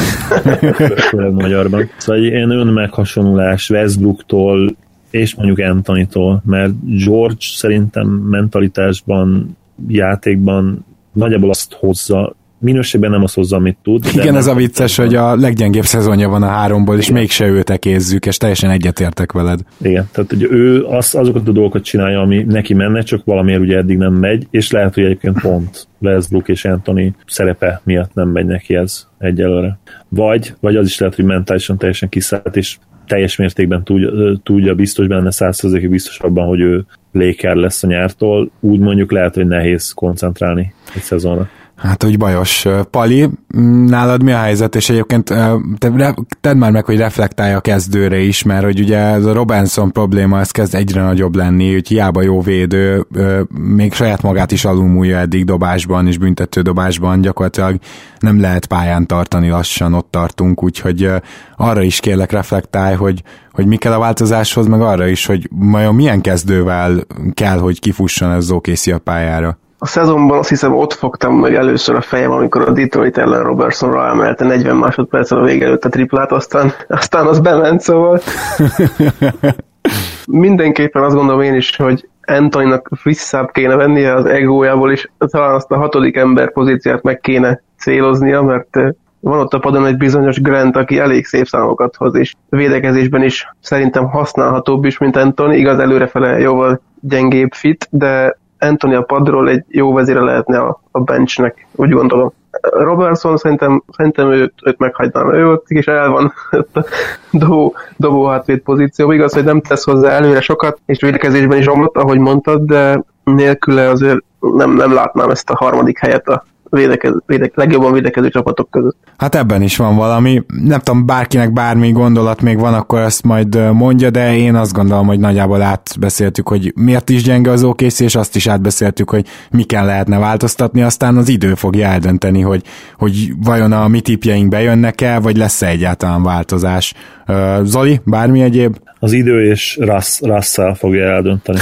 Magyarban. Szóval én ön meghasonulás Westbrooktól és mondjuk Anthonytól, mert George szerintem mentalitásban, játékban nagyjából azt hozza, minőségben nem azt hozza, amit tud. Igen, ez a vicces, hogy a leggyengébb szezonja van a 3-ból, és mégse őt ekézzük, és teljesen egyetértek veled. Igen, tehát hogy ő azokat a dolgokat csinálja, ami neki menne, csak valamiért ugye eddig nem megy, és lehet, hogy egyébként pont Westbrook és Anthony szerepe miatt nem megy neki ez egyelőre. Vagy az is lehet, hogy mentálisan teljesen kiszállt, és teljes mértékben tudja biztos benne, 100%-ig biztos abban, hogy ő Laker lesz a nyártól, úgy mondjuk lehet, hogy nehéz koncentrálni egy szezonra. Hát úgy bajos. Pali, nálad mi a helyzet, és egyébként tedd már meg, hogy reflektálja a kezdőre is, mert hogy ugye ez a Robinson probléma, ez kezd egyre nagyobb lenni, hogy hiába jó védő, még saját magát is alulmúlja eddig dobásban és büntető dobásban, gyakorlatilag nem lehet pályán tartani, lassan ott tartunk, úgyhogy arra is kérlek reflektálj, hogy mi kell a változáshoz, meg arra is, hogy majd milyen kezdővel kell, hogy kifusson ez az OKC a pályára. A szezonban azt hiszem ott fogtam meg először a fejem, amikor a Detroit ellen Robertsonra emelte 40 másodperccel a vége előtt a triplát, aztán az bement, szóval mindenképpen azt gondolom én is, hogy Anthonynak visszább kéne vennie az egójából, és talán azt a 6. ember pozíciát meg kéne céloznia, mert van ott a padon egy bizonyos Grant, aki elég szép számokat hoz, és védekezésben is szerintem használhatóbb is, mint Anthony. Igaz, előrefele jóval gyengébb fit, de Anthony a padról egy jó vezére lehetne a benchnek, úgy gondolom. Robertson szerintem őt meghagynám. Ő ott is el van a dobó hátvéd pozíció. Igaz, hogy nem tesz hozzá előre sokat, és védekezésben is romlott, ahogy mondtad, de nélküle azért nem látnám ezt a 3. helyet a legjobban védekező csapatok között. Hát ebben is van valami. Nem tudom, bárkinek bármi gondolat még van, akkor ezt majd mondja, de én azt gondolom, hogy nagyjából átbeszéltük, hogy miért is gyenge az OKC, és azt is átbeszéltük, hogy miken lehetne változtatni, aztán az idő fogja eldönteni, hogy vajon a mi tippjeink bejönnek-e, vagy lesz-e egyáltalán változás. Zoli, bármi egyéb? Az idő és Russell fogja eldönteni,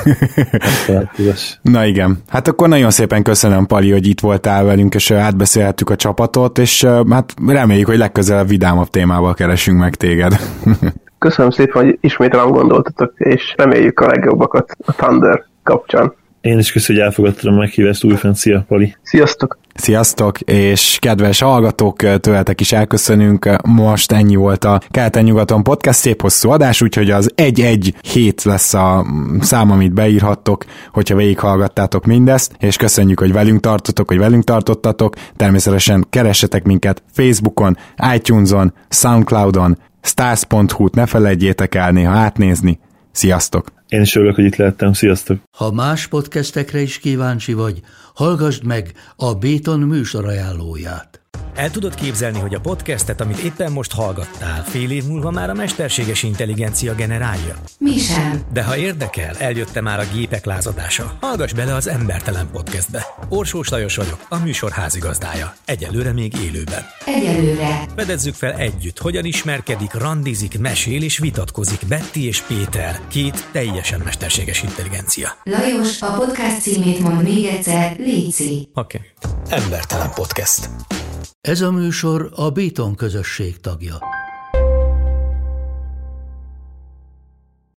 hogy Na igen. Hát akkor nagyon szépen köszönöm, Pali, hogy itt voltál velünk, és átbeszélhettük a csapatot, és hát reméljük, hogy legközelebb vidámabb témával keresünk meg téged. Köszönöm szépen, hogy ismét rám gondoltatok, és reméljük a legjobbakat a Thunder kapcsán. Én is köszönöm, hogy elfogadtam a meghívást újfent. Szia, Pali! Sziasztok! Sziasztok, és kedves hallgatók, tőletek is elköszönünk. Most ennyi volt a Keleten-nyugaton podcast, szép hosszú adás, úgyhogy az 1-1-7 lesz a szám, amit beírhattok, hogyha végighallgattátok mindezt, és köszönjük, hogy velünk tartottatok. Természetesen keressetek minket Facebookon, iTunes-on, Soundcloud-on, stars.hu-t ne felejtjétek el néha átnézni. Sziasztok! Én is örülök, hogy itt lehettem. Sziasztok! Ha más podcastekre is kíváncsi vagy, hallgassd meg a Béton műsor ajánlóját. El tudod képzelni, hogy a podcastet, amit éppen most hallgattál, fél év múlva már a mesterséges intelligencia generálja? Mi sem. De ha érdekel, eljötte már a gépek lázadása. Hallgass bele az Embertelen Podcastbe. Orsós Lajos vagyok, a műsor házigazdája. Egyelőre még élőben. Egyelőre. Fedezzük fel együtt, hogyan ismerkedik, randizik, mesél és vitatkozik Betty és Péter, 2 teljesen mesterséges intelligencia. Lajos, a podcast címét mond még egyszer, léci. Oké. Embertelen Podcast. Ez a műsor a Béton közösség tagja.